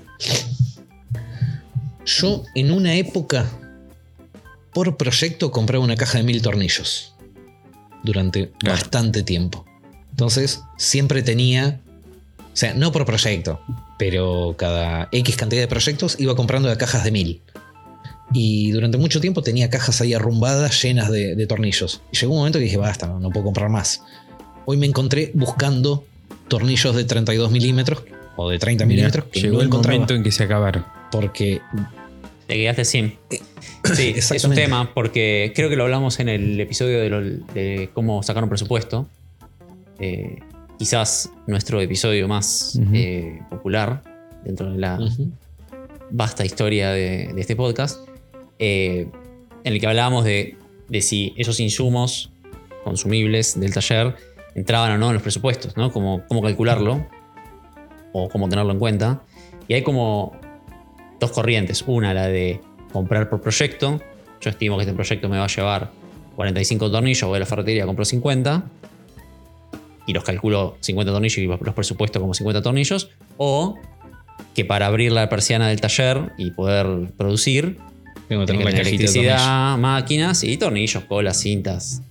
Yo en una época, por proyecto, compraba una caja de 1000 tornillos. Durante bastante tiempo. Entonces, siempre tenía... O sea, no por proyecto, pero cada X cantidad de proyectos iba comprando de cajas de 1000. Y durante mucho tiempo tenía cajas ahí arrumbadas llenas de tornillos. Y llegó un momento que dije, basta, no puedo comprar más. Hoy me encontré buscando tornillos de 32 milímetros o de 30 milímetros. Llegó el momento en que se acabaron. Porque... Te quedaste sin. Sí, es un tema, porque creo que lo hablamos en el episodio de cómo sacar un presupuesto. Quizás nuestro episodio más popular dentro de la vasta historia de este podcast, en el que hablábamos de si esos insumos consumibles del taller entraban o no en los presupuestos, ¿no? Cómo calcularlo o cómo tenerlo en cuenta. Y hay como dos corrientes. Una, la de comprar por proyecto. Yo estimo que este proyecto me va a llevar 45 tornillos, voy a la ferretería, compro 50 y los calculo 50 tornillos y los presupuesto como 50 tornillos. O que para abrir la persiana del taller y poder producir, tengo que tener la electricidad, máquinas y tornillos, colas, cintas,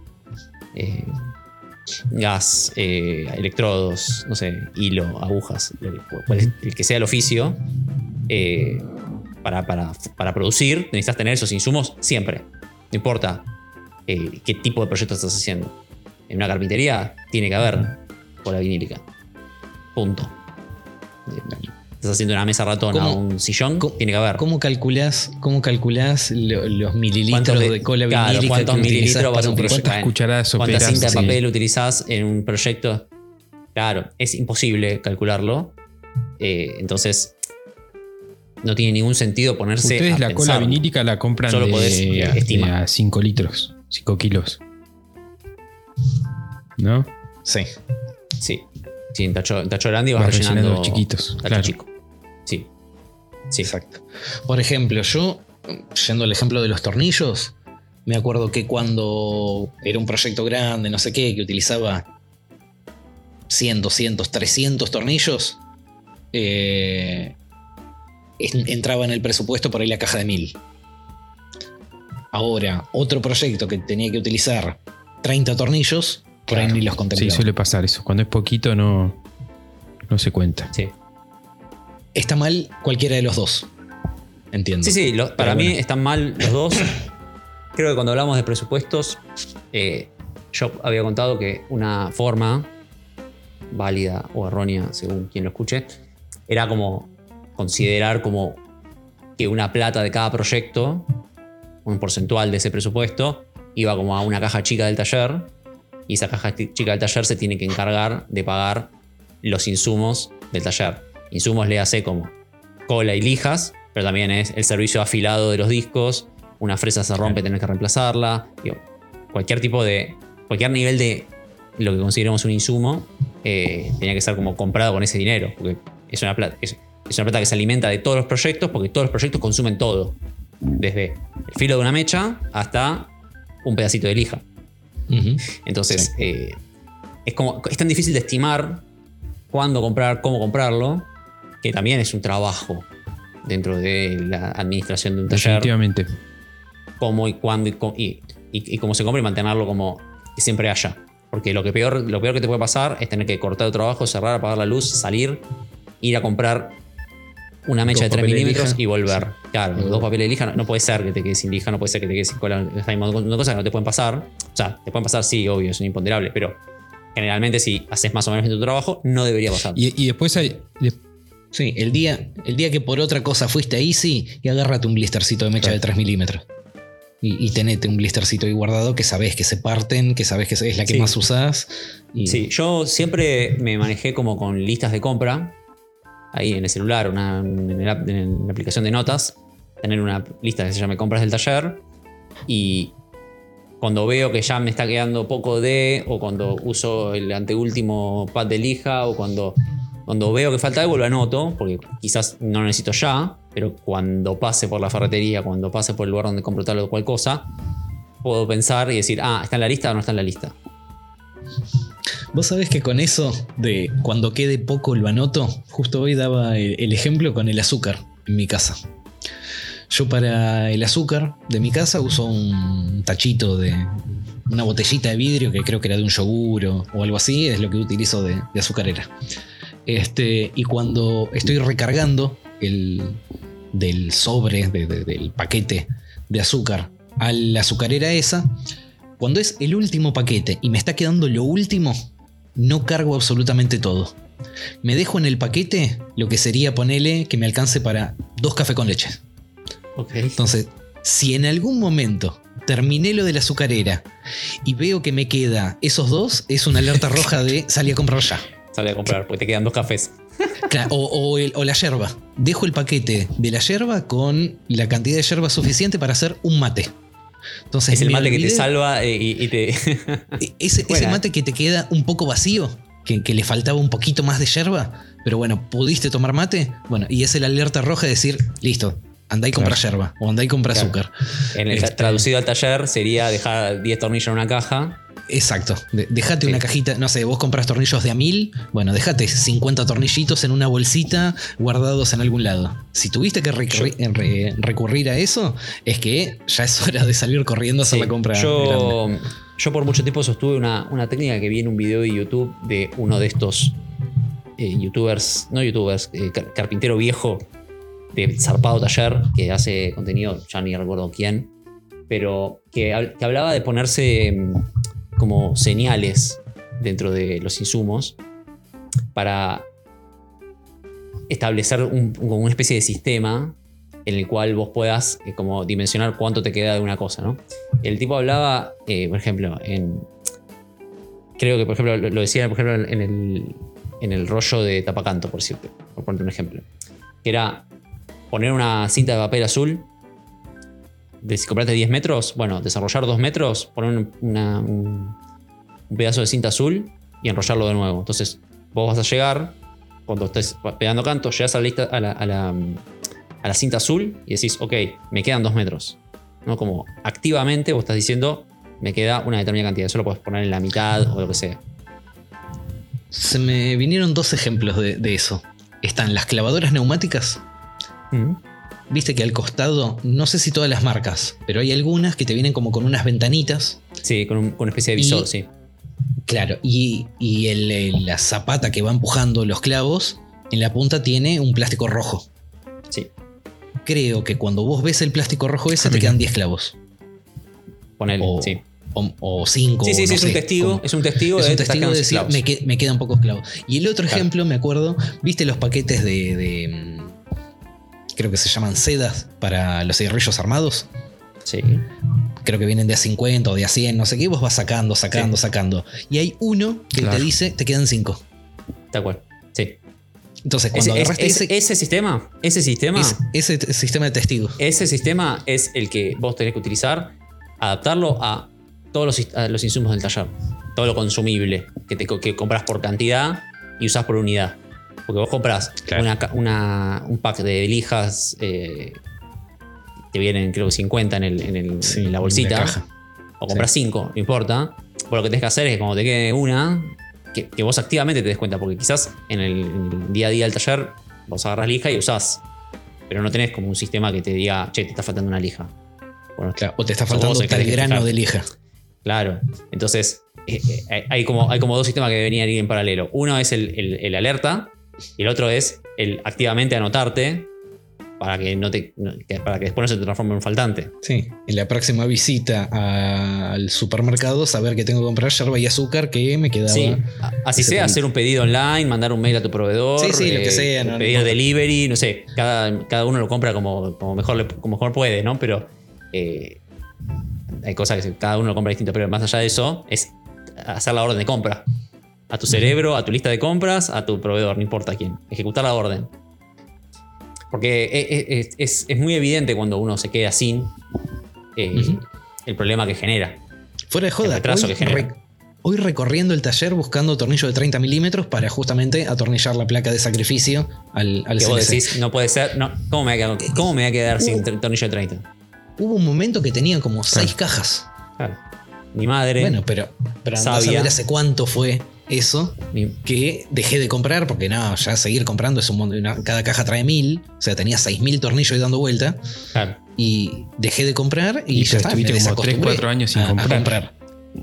gas, electrodos, no sé, hilo, agujas, el que sea el oficio. Para producir necesitas tener esos insumos siempre. No importa qué tipo de proyecto estás haciendo. En una carpintería tiene que haber cola vinílica. Punto. Estás haciendo una mesa ratona o un sillón, tiene que haber. ¿Cómo calculás los mililitros de cola vinílica? ¿Cuántos mililitros vas a utilizar? ¿Cuántas cucharadas soperas? ¿Cuánta cinta de papel utilizás en un proyecto? Claro, es imposible calcularlo. Entonces no tiene ningún sentido ponerse. Ustedes la cola vinílica la compran solo podés estimar. A 5 litros, 5 kilos. ¿No? Sí. En tacho grande y vas rellenando los chiquitos. Tacho chico. Sí. Exacto. Por ejemplo, yo, yendo al ejemplo de los tornillos, me acuerdo que cuando era un proyecto grande, no sé qué, que utilizaba 100, 200, 300 tornillos, entraba en el presupuesto por ahí la caja de 1000. Ahora, otro proyecto que tenía que utilizar 30 tornillos, por ahí ni los contemplaba. Sí, suele pasar eso. Cuando es poquito no se cuenta. Sí. Está mal cualquiera de los dos. Entiendo. Sí, para mí bueno. están mal los dos. Creo que cuando hablamos de presupuestos, yo había contado que una forma válida o errónea, según quien lo escuche, era como considerar como que una plata de cada proyecto, un porcentual de ese presupuesto, iba como a una caja chica del taller, y esa caja chica del taller se tiene que encargar de pagar los insumos del taller. Insumos le hace como cola y lijas, pero también es el servicio afilado de los discos. Una fresa se rompe, tenés que reemplazarla. Digo, cualquier nivel de lo que consideramos un insumo tenía que ser como comprado con ese dinero, porque es una plata que se alimenta de todos los proyectos, porque todos los proyectos consumen todo, desde el filo de una mecha hasta un pedacito de lija. Uh-huh. Entonces, es tan difícil de estimar cuándo comprar, cómo comprarlo, que también es un trabajo dentro de la administración de un taller. Definitivamente. Cómo y cuándo y cómo se compra y mantenerlo como que siempre haya. Porque lo peor que te puede pasar es tener que cortar el trabajo, cerrar, apagar la luz, salir, ir a comprar una mecha de 3 milímetros y volver. Sí. Claro, 2 papeles de lija, no puede ser que te quedes sin lija, no puede ser que te quedes sin cola. Hay un montón de cosas que no te pueden pasar. O sea, te pueden pasar, sí, obvio, es un imponderable, pero generalmente si haces más o menos bien tu trabajo, no debería pasar. Y después hay... Sí, el día que por otra cosa fuiste a Easy y agárrate un blistercito de mecha de 3 milímetros. Y tenete un blistercito ahí guardado que sabés que se parten, que sabés que es la que más usás. Sí, yo siempre me manejé como con listas de compra. Ahí en el celular, en la aplicación de notas. Tener una lista que se llame compras del taller. Y cuando veo que ya me está quedando poco o cuando uso el anteúltimo pad de lija, o cuando veo que falta algo lo anoto, porque quizás no lo necesito ya, pero cuando pase por la ferretería, cuando pase por el lugar donde compro tal o cual cosa, puedo pensar y decir, ¿está en la lista o no está en la lista? Vos sabés que con eso de cuando quede poco lo anoto, justo hoy daba el ejemplo con el azúcar en mi casa. Yo para el azúcar de mi casa uso un tachito de una botellita de vidrio que creo que era de un yogur o algo así, es lo que utilizo de azucarera. Y cuando estoy recargando del sobre, del paquete de azúcar a la azucarera esa, cuando es el último paquete y me está quedando lo último, no cargo absolutamente todo. Me dejo en el paquete lo que sería, ponele, que me alcance para 2 cafés con leche. Okay. Entonces, si en algún momento terminé lo de la azucarera y veo que me queda esos 2, es una alerta roja de salir a comprar ya. Sale a comprar, porque te quedan 2 cafés. Claro, o la yerba. Dejo el paquete de la yerba con la cantidad de yerba suficiente para hacer un mate. Entonces, es el mate que te salva y te... ese mate que te queda un poco vacío, que le faltaba un poquito más de yerba, pero bueno, ¿pudiste tomar mate? Bueno, y es el alerta roja de decir, listo, andá y compra yerba o andá y compra azúcar. Traducido al taller sería dejar 10 tornillos en una caja. Exacto, dejate una cajita, no sé, vos compras tornillos de a 1000, bueno, dejate 50 tornillitos en una bolsita guardados en algún lado. Si tuviste que recurrir a eso, es que ya es hora de salir corriendo a hacer la compra grande. Yo por mucho tiempo sostuve una técnica que vi en un video de YouTube de uno de estos carpintero viejo de zarpado taller que hace contenido, ya ni recuerdo quién, pero que hablaba de ponerse como señales dentro de los insumos para establecer como una especie de sistema en el cual vos puedas como dimensionar cuánto te queda de una cosa, ¿no? El tipo hablaba, por ejemplo, creo que por ejemplo lo decía por ejemplo en el rollo de tapacanto, por ponerte un ejemplo, que era poner una cinta de papel azul. Si compraste 10 metros, bueno, desarrollar 2 metros, poner un pedazo de cinta azul y enrollarlo de nuevo. Entonces, vos vas a llegar, cuando estés pegando canto, llegas a la cinta azul y decís, ok, me quedan 2 metros. ¿No? Como activamente vos estás diciendo, me queda una determinada cantidad. Eso lo puedes poner en la mitad o lo que sea. Se me vinieron 2 ejemplos de eso. Están las clavadoras neumáticas. viste que al costado, no sé si todas las marcas, pero hay algunas que te vienen como con unas ventanitas. Sí, con una especie de visor, sí. Claro, y la zapata que va empujando los clavos, en la punta tiene un plástico rojo. Sí. Creo que cuando vos ves el plástico rojo ese, te quedan 10 clavos. Ponele, sí. O 5. Sí, no es sé, un testigo. Es un testigo de decir, me quedan pocos clavos. Y el otro ejemplo, me acuerdo, ¿viste los paquetes de creo que se llaman sedas para los cigarrillos armados? Sí. Creo que vienen de A50 o de A100, no sé qué, y vos vas sacando. Y hay uno que te dice, te quedan 5. Tal cual, sí. Entonces, cuando agarraste ese sistema. Ese sistema de testigo. Ese sistema es el que vos tenés que utilizar, adaptarlo a todos los insumos del taller. Todo lo consumible que compras por cantidad y usás por unidad. Porque vos compras un pack de lijas, te vienen creo que 50 en la bolsita. En la caja. O compras 5, no importa. Vos lo que tenés que hacer es que cuando te quede una, que vos activamente te des cuenta. Porque quizás en el día a día del taller vos agarrás lija y usás. Pero no tenés como un sistema que te diga, che, te está faltando una lija. Bueno, claro, o te está faltando tal grano de lija. Claro. Entonces, hay como dos sistemas que deberían ir en paralelo. Uno es el alerta y el otro es el activamente anotarte para que después no se te transforme en un faltante. Sí, en la próxima visita al supermercado saber que tengo que comprar yerba y azúcar que me quedaba. Sí, así sea, hacer un pedido online, mandar un mail a tu proveedor. Sí, lo que sea. Pedir delivery, no sé. Cada uno lo compra como mejor puede, ¿no? Pero hay cosas que cada uno lo compra distinto. Pero más allá de eso, es hacer la orden de compra. A tu cerebro, a tu lista de compras, a tu proveedor, no importa quién. Ejecutar la orden. Porque es muy evidente cuando uno se queda sin el problema que genera. Fuera de joda, el retraso que genera. Hoy recorriendo el taller buscando tornillo de 30 milímetros para justamente atornillar la placa de sacrificio al que CNC. Vos decís, no puede ser. No, ¿cómo me voy a quedar sin tornillo de 30? Hubo un momento que tenía como 6 cajas. Claro. Mi madre. Bueno, pero andás a ver hace cuánto fue eso que dejé de comprar, porque no, ya seguir comprando es un montón. Cada caja trae 1000, o sea, tenía 6000 tornillos ahí dando vuelta. Claro. Y dejé de comprar y ya estuviste como 3-4 años sin comprar.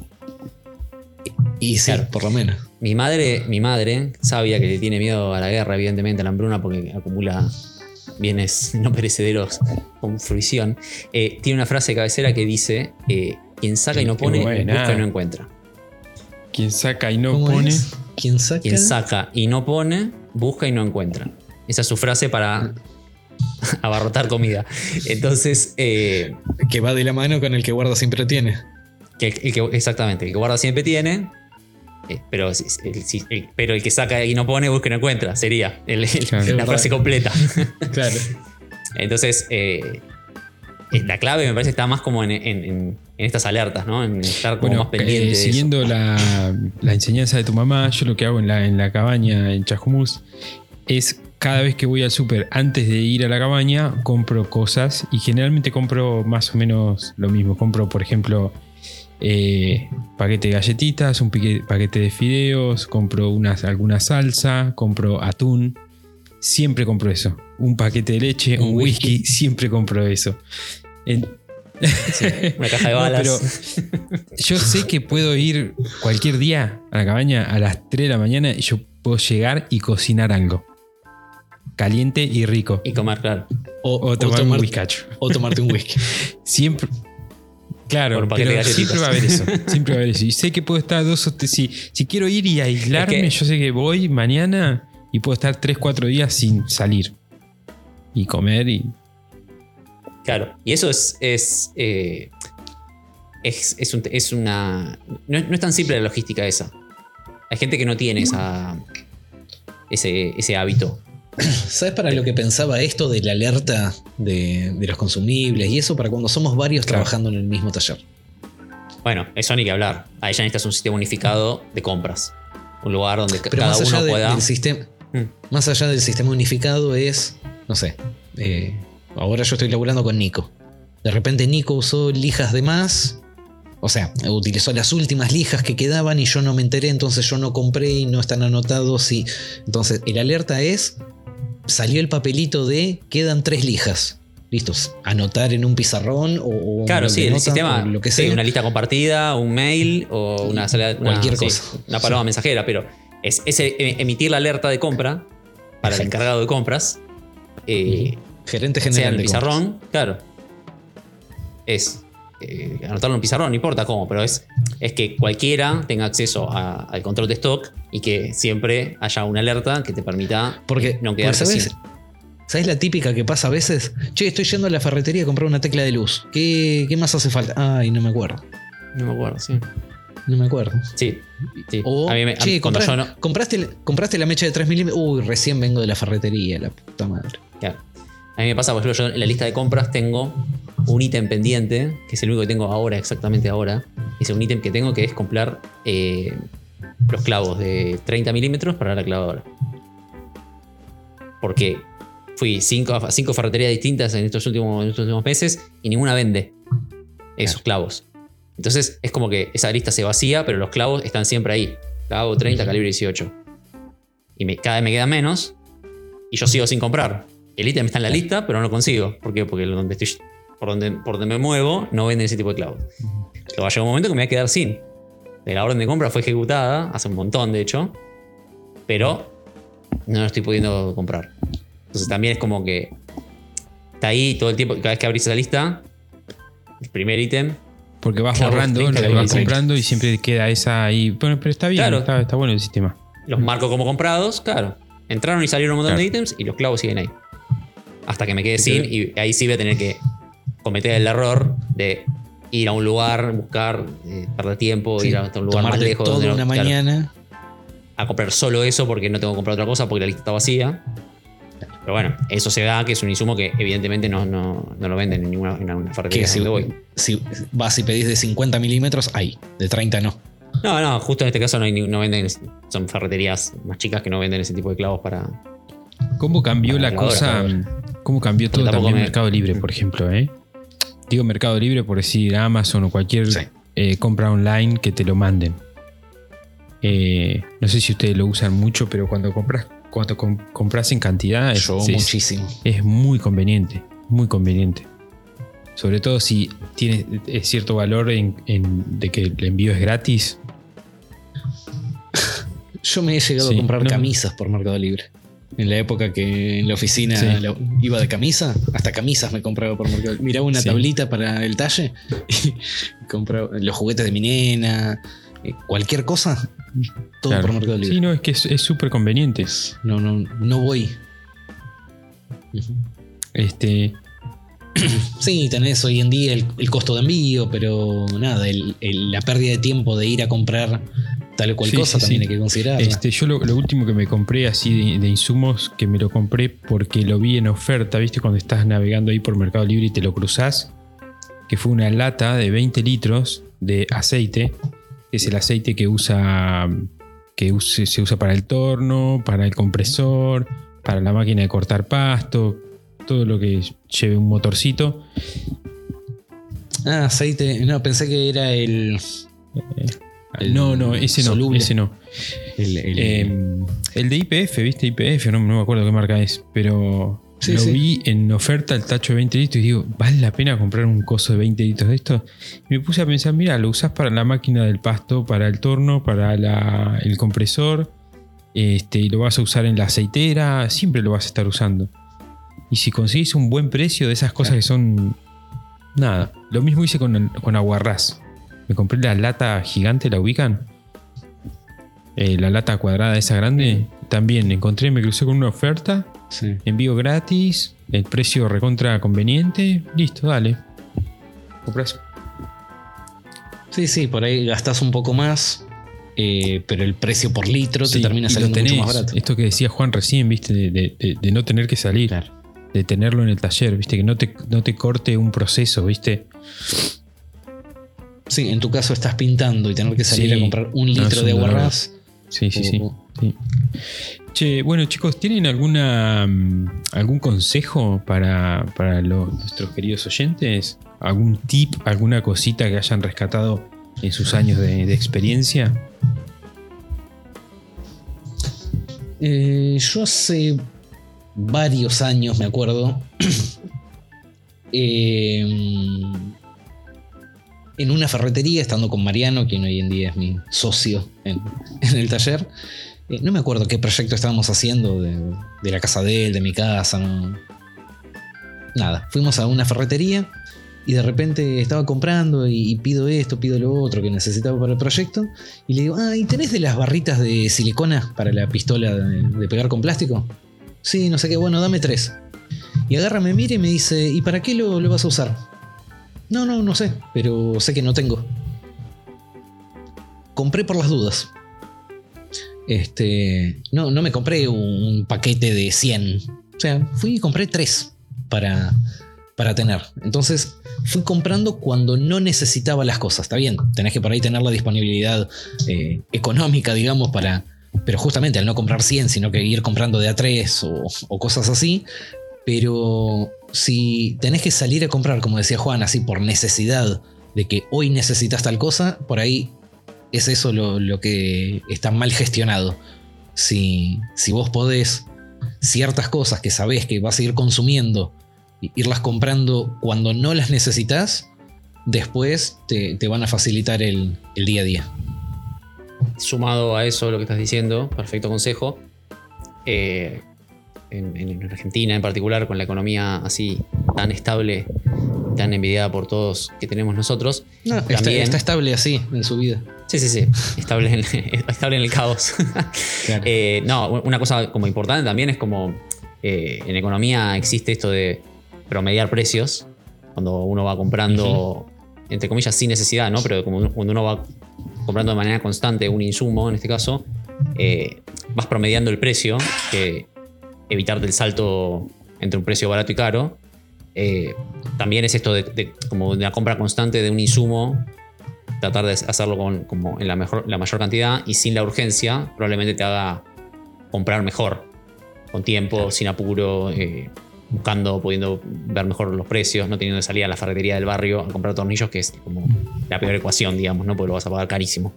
Y sí, claro, por lo menos. Mi madre, sabia, que le tiene miedo a la guerra, evidentemente, a la hambruna, porque acumula bienes no perecederos con fruición, tiene una frase de cabecera que dice: quien saca y no pone, busca y no encuentra. Quien saca y no pone. Quien saca y no pone, busca y no encuentra. Esa es su frase para abarrotar comida. Entonces. Que va de la mano con el que guarda siempre tiene. Exactamente, el que guarda siempre tiene. Pero el que saca y no pone, busca y no encuentra. Sería la frase completa. Claro. Entonces, la clave me parece está más como en estas alertas, ¿no? En estar como más pendiente. Siguiendo la enseñanza de tu mamá, yo lo que hago en la cabaña en Chascomús es cada vez que voy al súper, antes de ir a la cabaña, compro cosas y generalmente compro más o menos lo mismo. Compro, por ejemplo, paquete de galletitas, un paquete de fideos, compro alguna salsa, compro atún. Siempre compro eso. Un paquete de leche, un whisky, siempre compro eso. Sí, una caja de balas. Pero yo sé que puedo ir cualquier día a la cabaña a las 3 de la mañana y yo puedo llegar y cocinar algo caliente y rico. Y comer, claro. O tomar un whiskacho. O tomarte un whisky. Siempre. Claro, pero siempre va a haber eso. Siempre va a haber eso. Y sé que puedo estar si quiero ir y aislarme, yo sé que voy mañana y puedo estar 3-4 días sin salir. Y comer y. Claro. Y eso es una. No es tan simple la logística esa. Hay gente que no tiene ese hábito. ¿Sabes para lo que pensaba esto de la alerta de los consumibles y eso para cuando somos varios trabajando en el mismo taller? Bueno, eso ni que hablar. Ahí ya necesitas un sistema unificado de compras. Un lugar donde cada uno pueda. Más allá del sistema unificado es, no sé, ahora yo estoy laburando con Nico. De repente Nico usó lijas de más. O sea, utilizó las últimas lijas que quedaban y yo no me enteré, entonces yo no compré y no están anotados. Entonces, el alerta es: salió el papelito de quedan 3 lijas. listos, anotar en un pizarrón o Claro, un sí, bloc de el notas, sistema, o lo que sí, sea. una lista compartida, un mail o una sala, Cualquier sí, cosa. una paloma mensajera, pero es emitir la alerta de compra para el Exacto. encargado de compras. Gerente Sea general en el de pizarrón, compras. claro. Es anotarlo en un pizarrón, no importa cómo, pero es que cualquiera tenga acceso al control de stock y que siempre haya una alerta que te permita no quedarse sin. ¿Sabes la típica que pasa a veces? Che, estoy yendo a la ferretería a comprar una tecla de luz. ¿Qué más hace falta? Ay, no me acuerdo. No me acuerdo, sí. No me acuerdo. Sí. O, che, cuando yo no. compraste la mecha de 3 milímetros. Uy, recién vengo de la ferretería, la puta madre. Claro. A mí me pasa, por ejemplo, yo en la lista de compras tengo un ítem pendiente, que es el único que tengo ahora, exactamente ahora. Es un ítem que tengo que es comprar los clavos de 30 milímetros para la clavadora. Porque fui a 5 ferreterías distintas en estos últimos meses y ninguna vende esos clavos. Entonces es como que esa lista se vacía, pero los clavos están siempre ahí. Clavo 30, calibre 18. Y cada vez me quedan menos y yo sigo sin comprar. El ítem está en la lista, pero no lo consigo. ¿Por qué? Porque por donde me muevo no venden ese tipo de clavos. Luego va a llegar un momento que me voy a quedar sin. La orden de compra fue ejecutada, hace un montón de hecho, pero no lo estoy pudiendo comprar. Entonces también es como que está ahí todo el tiempo. Cada vez que abrís esa lista, el primer ítem. Porque vas Claro, borrando, 30, lo vas 30. comprando y siempre queda esa ahí. Bueno, pero está bien, Claro. está bueno el sistema. Los marco como comprados, claro. Entraron y salieron un montón de ítems y los clavos siguen ahí. Hasta que me quede sin y ahí sí voy a tener que cometer el error de ir a un lugar, buscar, perder tiempo, ir a un lugar más Tomarte lejos. toda donde una claro, mañana. a comprar solo eso porque no tengo que comprar otra cosa porque la lista está vacía. Pero bueno, eso se da, que es un insumo que evidentemente no lo venden en ninguna ferretería Que donde voy. si vas y pedís de 50 milímetros, hay. De 30 no. No, justo en este caso no venden, son ferreterías más chicas que no venden ese tipo de clavos para. ¿Cómo cambió Para la la cosa? ¿Cómo cambió todo tampoco también me- Mercado Libre, por ejemplo? Digo Mercado Libre por decir Amazon o cualquier compra online que te lo manden. No sé si ustedes lo usan mucho, pero cuando compras en cantidad Yo muchísimo. es muy conveniente. Muy conveniente. Sobre todo si tiene cierto valor de que el envío es gratis. Yo me he llegado a comprar camisas por Mercado Libre. En la época que en la oficina iba de camisa, hasta camisas me compraba por Mercado Libre. Miraba una tablita para el talle y compraba los juguetes de mi nena, cualquier cosa, todo por Mercado Libre. Sí, no, es que es súper conveniente. No voy. Sí, tenés hoy en día el costo de envío, pero nada, la pérdida de tiempo de ir a comprar tal o cual cosa también hay que considerar. Yo lo último que me compré así de insumos, que me lo compré porque lo vi en oferta, ¿viste? Cuando estás navegando ahí por Mercado Libre y te lo cruzás, que fue una lata de 20 litros de aceite, que es el aceite que se usa para el torno, para el compresor, para la máquina de cortar pasto, todo lo que lleve un motorcito. Aceite. No, pensé que era el no, ese soluble. no, ese no. El de IPF, ¿viste? IPF, no me acuerdo qué marca es, pero vi en oferta el tacho de 20 litros y digo, ¿vale la pena comprar un coso de 20 litros de esto? Y me puse a pensar, mira, lo usás para la máquina del pasto, para el torno, para el compresor, y lo vas a usar en la aceitera, siempre lo vas a estar usando. Y si conseguís un buen precio de esas cosas que son... Nada. Lo mismo hice con Aguarrás. Me compré la lata gigante, ¿la ubican? La lata cuadrada esa grande. También me crucé con una oferta. Sí. Envío gratis. El precio recontra conveniente. Listo, dale. Comprás. Sí, por ahí gastás un poco más. Pero el precio por litro te termina saliendo mucho más barato. Esto que decía Juan recién, ¿viste? De no tener que salir. Claro. De tenerlo en el taller, ¿viste? Que no te corte un proceso, ¿viste? Sí, en tu caso estás pintando y tener que salir a comprar un litro de Aguarrás. Sí. Che, bueno, chicos, ¿tienen algún consejo para nuestros queridos oyentes? ¿Algún tip, alguna cosita que hayan rescatado en sus años de experiencia? Yo hace varios años, me acuerdo, en una ferretería, estando con Mariano, quien hoy en día es mi socio en el taller. No me acuerdo qué proyecto estábamos haciendo de la casa de él, de mi casa. No. Nada, fuimos a una ferretería y de repente estaba comprando y pido esto, pido lo otro que necesitaba para el proyecto. Y le digo, ¿y tenés de las barritas de silicona para la pistola de pegar con plástico? Sí, no sé qué, bueno, dame 3. Y agarra, me mira y me dice, ¿y para qué lo vas a usar? No sé, pero sé que no tengo. Compré por las dudas. No me compré un paquete de 100. O sea, fui y compré 3 para tener. Entonces fui comprando cuando no necesitaba las cosas. Está bien, tenés que por ahí tener la disponibilidad económica, digamos, pero justamente al no comprar 100, sino que ir comprando de a 3 o cosas así. Pero si tenés que salir a comprar, como decía Juan, así por necesidad de que hoy necesitas tal cosa, por ahí es eso lo que está mal gestionado. Si vos podés ciertas cosas que sabés que vas a ir consumiendo, irlas comprando cuando no las necesitas, después te van a facilitar el día a día. Sumado a eso lo que estás diciendo, perfecto consejo. En Argentina en particular, con la economía así tan estable, tan envidiada por todos que tenemos nosotros. No, también, está estable así en su vida. Sí. Estable en el caos. Claro. No, una cosa como importante también es como en economía existe esto de promediar precios. Cuando uno va comprando, entre comillas, sin necesidad, ¿no? Pero como cuando uno va comprando de manera constante un insumo, en este caso, vas promediando el precio, que evitarte el salto entre un precio barato y caro. También es esto de como de la compra constante de un insumo, tratar de hacerlo como en la mayor cantidad y sin la urgencia, probablemente te haga comprar mejor, con tiempo, sin apuro, pudiendo ver mejor los precios, no teniendo que salir a la ferretería del barrio a comprar tornillos, que es como la peor ecuación, digamos, ¿no? Porque lo vas a pagar carísimo.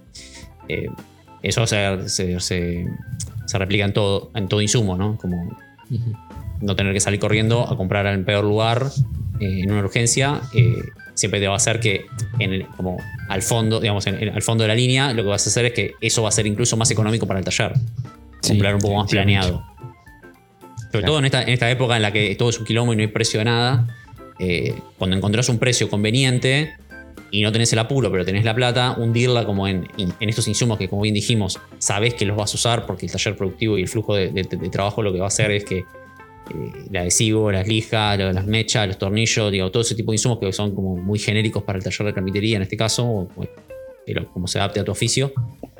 Eso se replica en todo insumo, ¿no? Como no tener que salir corriendo a comprar al peor lugar en una urgencia, siempre te va a hacer que como al fondo, digamos, al fondo de la línea, lo que vas a hacer es que eso va a ser incluso más económico para el taller. Comprar un poco más planeado. Sobre todo en esta época en la que todo es un quilombo y no hay precio de nada, cuando encontrás un precio conveniente y no tenés el apuro, pero tenés la plata, hundirla como en estos insumos que, como bien dijimos, sabés que los vas a usar porque el taller productivo y el flujo de trabajo lo que va a hacer es que el adhesivo, las lijas, las mechas, los tornillos, digo, todo ese tipo de insumos que son como muy genéricos para el taller de carpintería en este caso, pero como se adapte a tu oficio,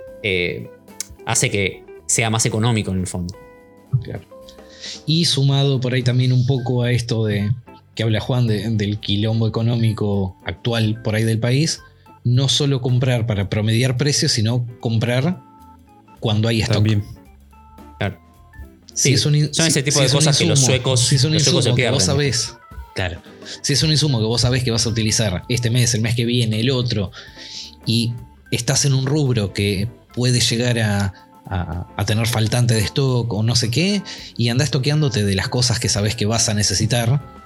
hace que sea más económico en el fondo. Claro. Y sumado por ahí también un poco a esto que habla Juan del quilombo económico actual por ahí del país, no solo comprar para promediar precios, sino comprar cuando hay stock. También. Claro. Sí, son ese tipo de cosas que los suecos se pierden. Vos sabés, claro. Si es un insumo que vos sabés que vas a utilizar este mes, el mes que viene, el otro, y estás en un rubro que puede llegar a tener faltante de stock o no sé qué, y andás toqueándote de las cosas que sabés que vas a necesitar,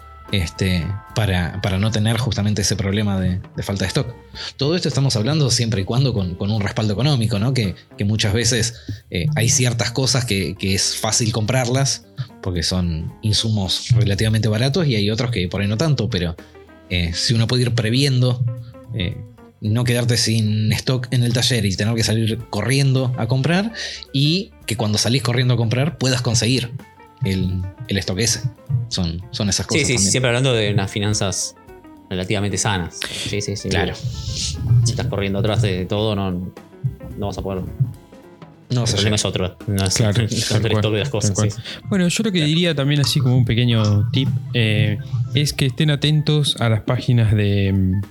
para no tener justamente ese problema de falta de stock. Todo esto estamos hablando siempre y cuando con un respaldo económico, ¿no? Que muchas veces hay ciertas cosas que es fácil comprarlas porque son insumos relativamente baratos, y hay otros que por ahí no tanto, pero si uno puede ir previendo, no quedarte sin stock en el taller y tener que salir corriendo a comprar, y que cuando salís corriendo a comprar puedas conseguir el stock ese. Son esas cosas. Sí, siempre hablando de unas finanzas relativamente sanas. Sí, claro. Si estás corriendo atrás de todo, no vas a poder. No, el problema es otro. No es claro, el stock de las cosas. Sí. Bueno, yo lo que diría también, así como un pequeño tip, es que estén atentos a las páginas de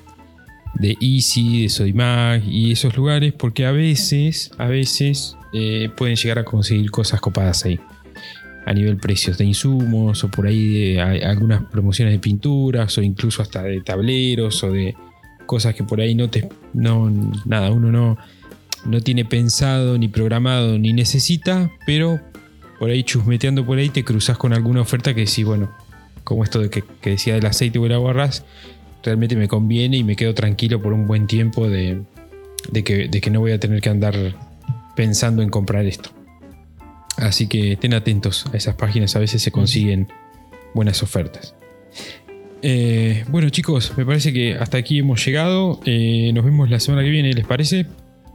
Easy, de Sodimac y esos lugares, porque a veces pueden llegar a conseguir cosas copadas ahí. A nivel precios de insumos, o por ahí algunas promociones de pinturas, o incluso hasta de tableros, o de cosas que por ahí uno no tiene pensado, ni programado, ni necesita, pero por ahí chusmeteando por ahí te cruzas con alguna oferta que decís, bueno, como esto de que decía del aceite o el agua ras, realmente me conviene y me quedo tranquilo por un buen tiempo de que no voy a tener que andar pensando en comprar esto. Así que estén atentos a esas páginas, a veces se consiguen buenas ofertas. Bueno chicos, me parece que hasta aquí hemos llegado. Nos vemos la semana que viene, ¿les parece?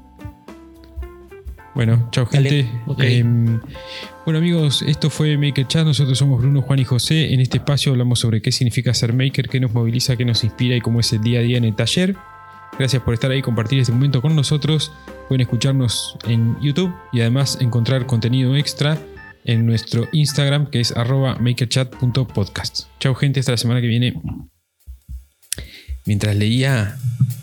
Bueno, chao gente. Okay. Bueno amigos, esto fue Maker Chat. Nosotros somos Bruno, Juan y José. En este espacio hablamos sobre qué significa ser maker, qué nos moviliza, qué nos inspira y cómo es el día a día en el taller. Gracias por estar ahí y compartir este momento con nosotros. Pueden escucharnos en YouTube y además encontrar contenido extra en nuestro Instagram, que es @makerchat.podcast. Chao gente, hasta la semana que viene. Mientras leía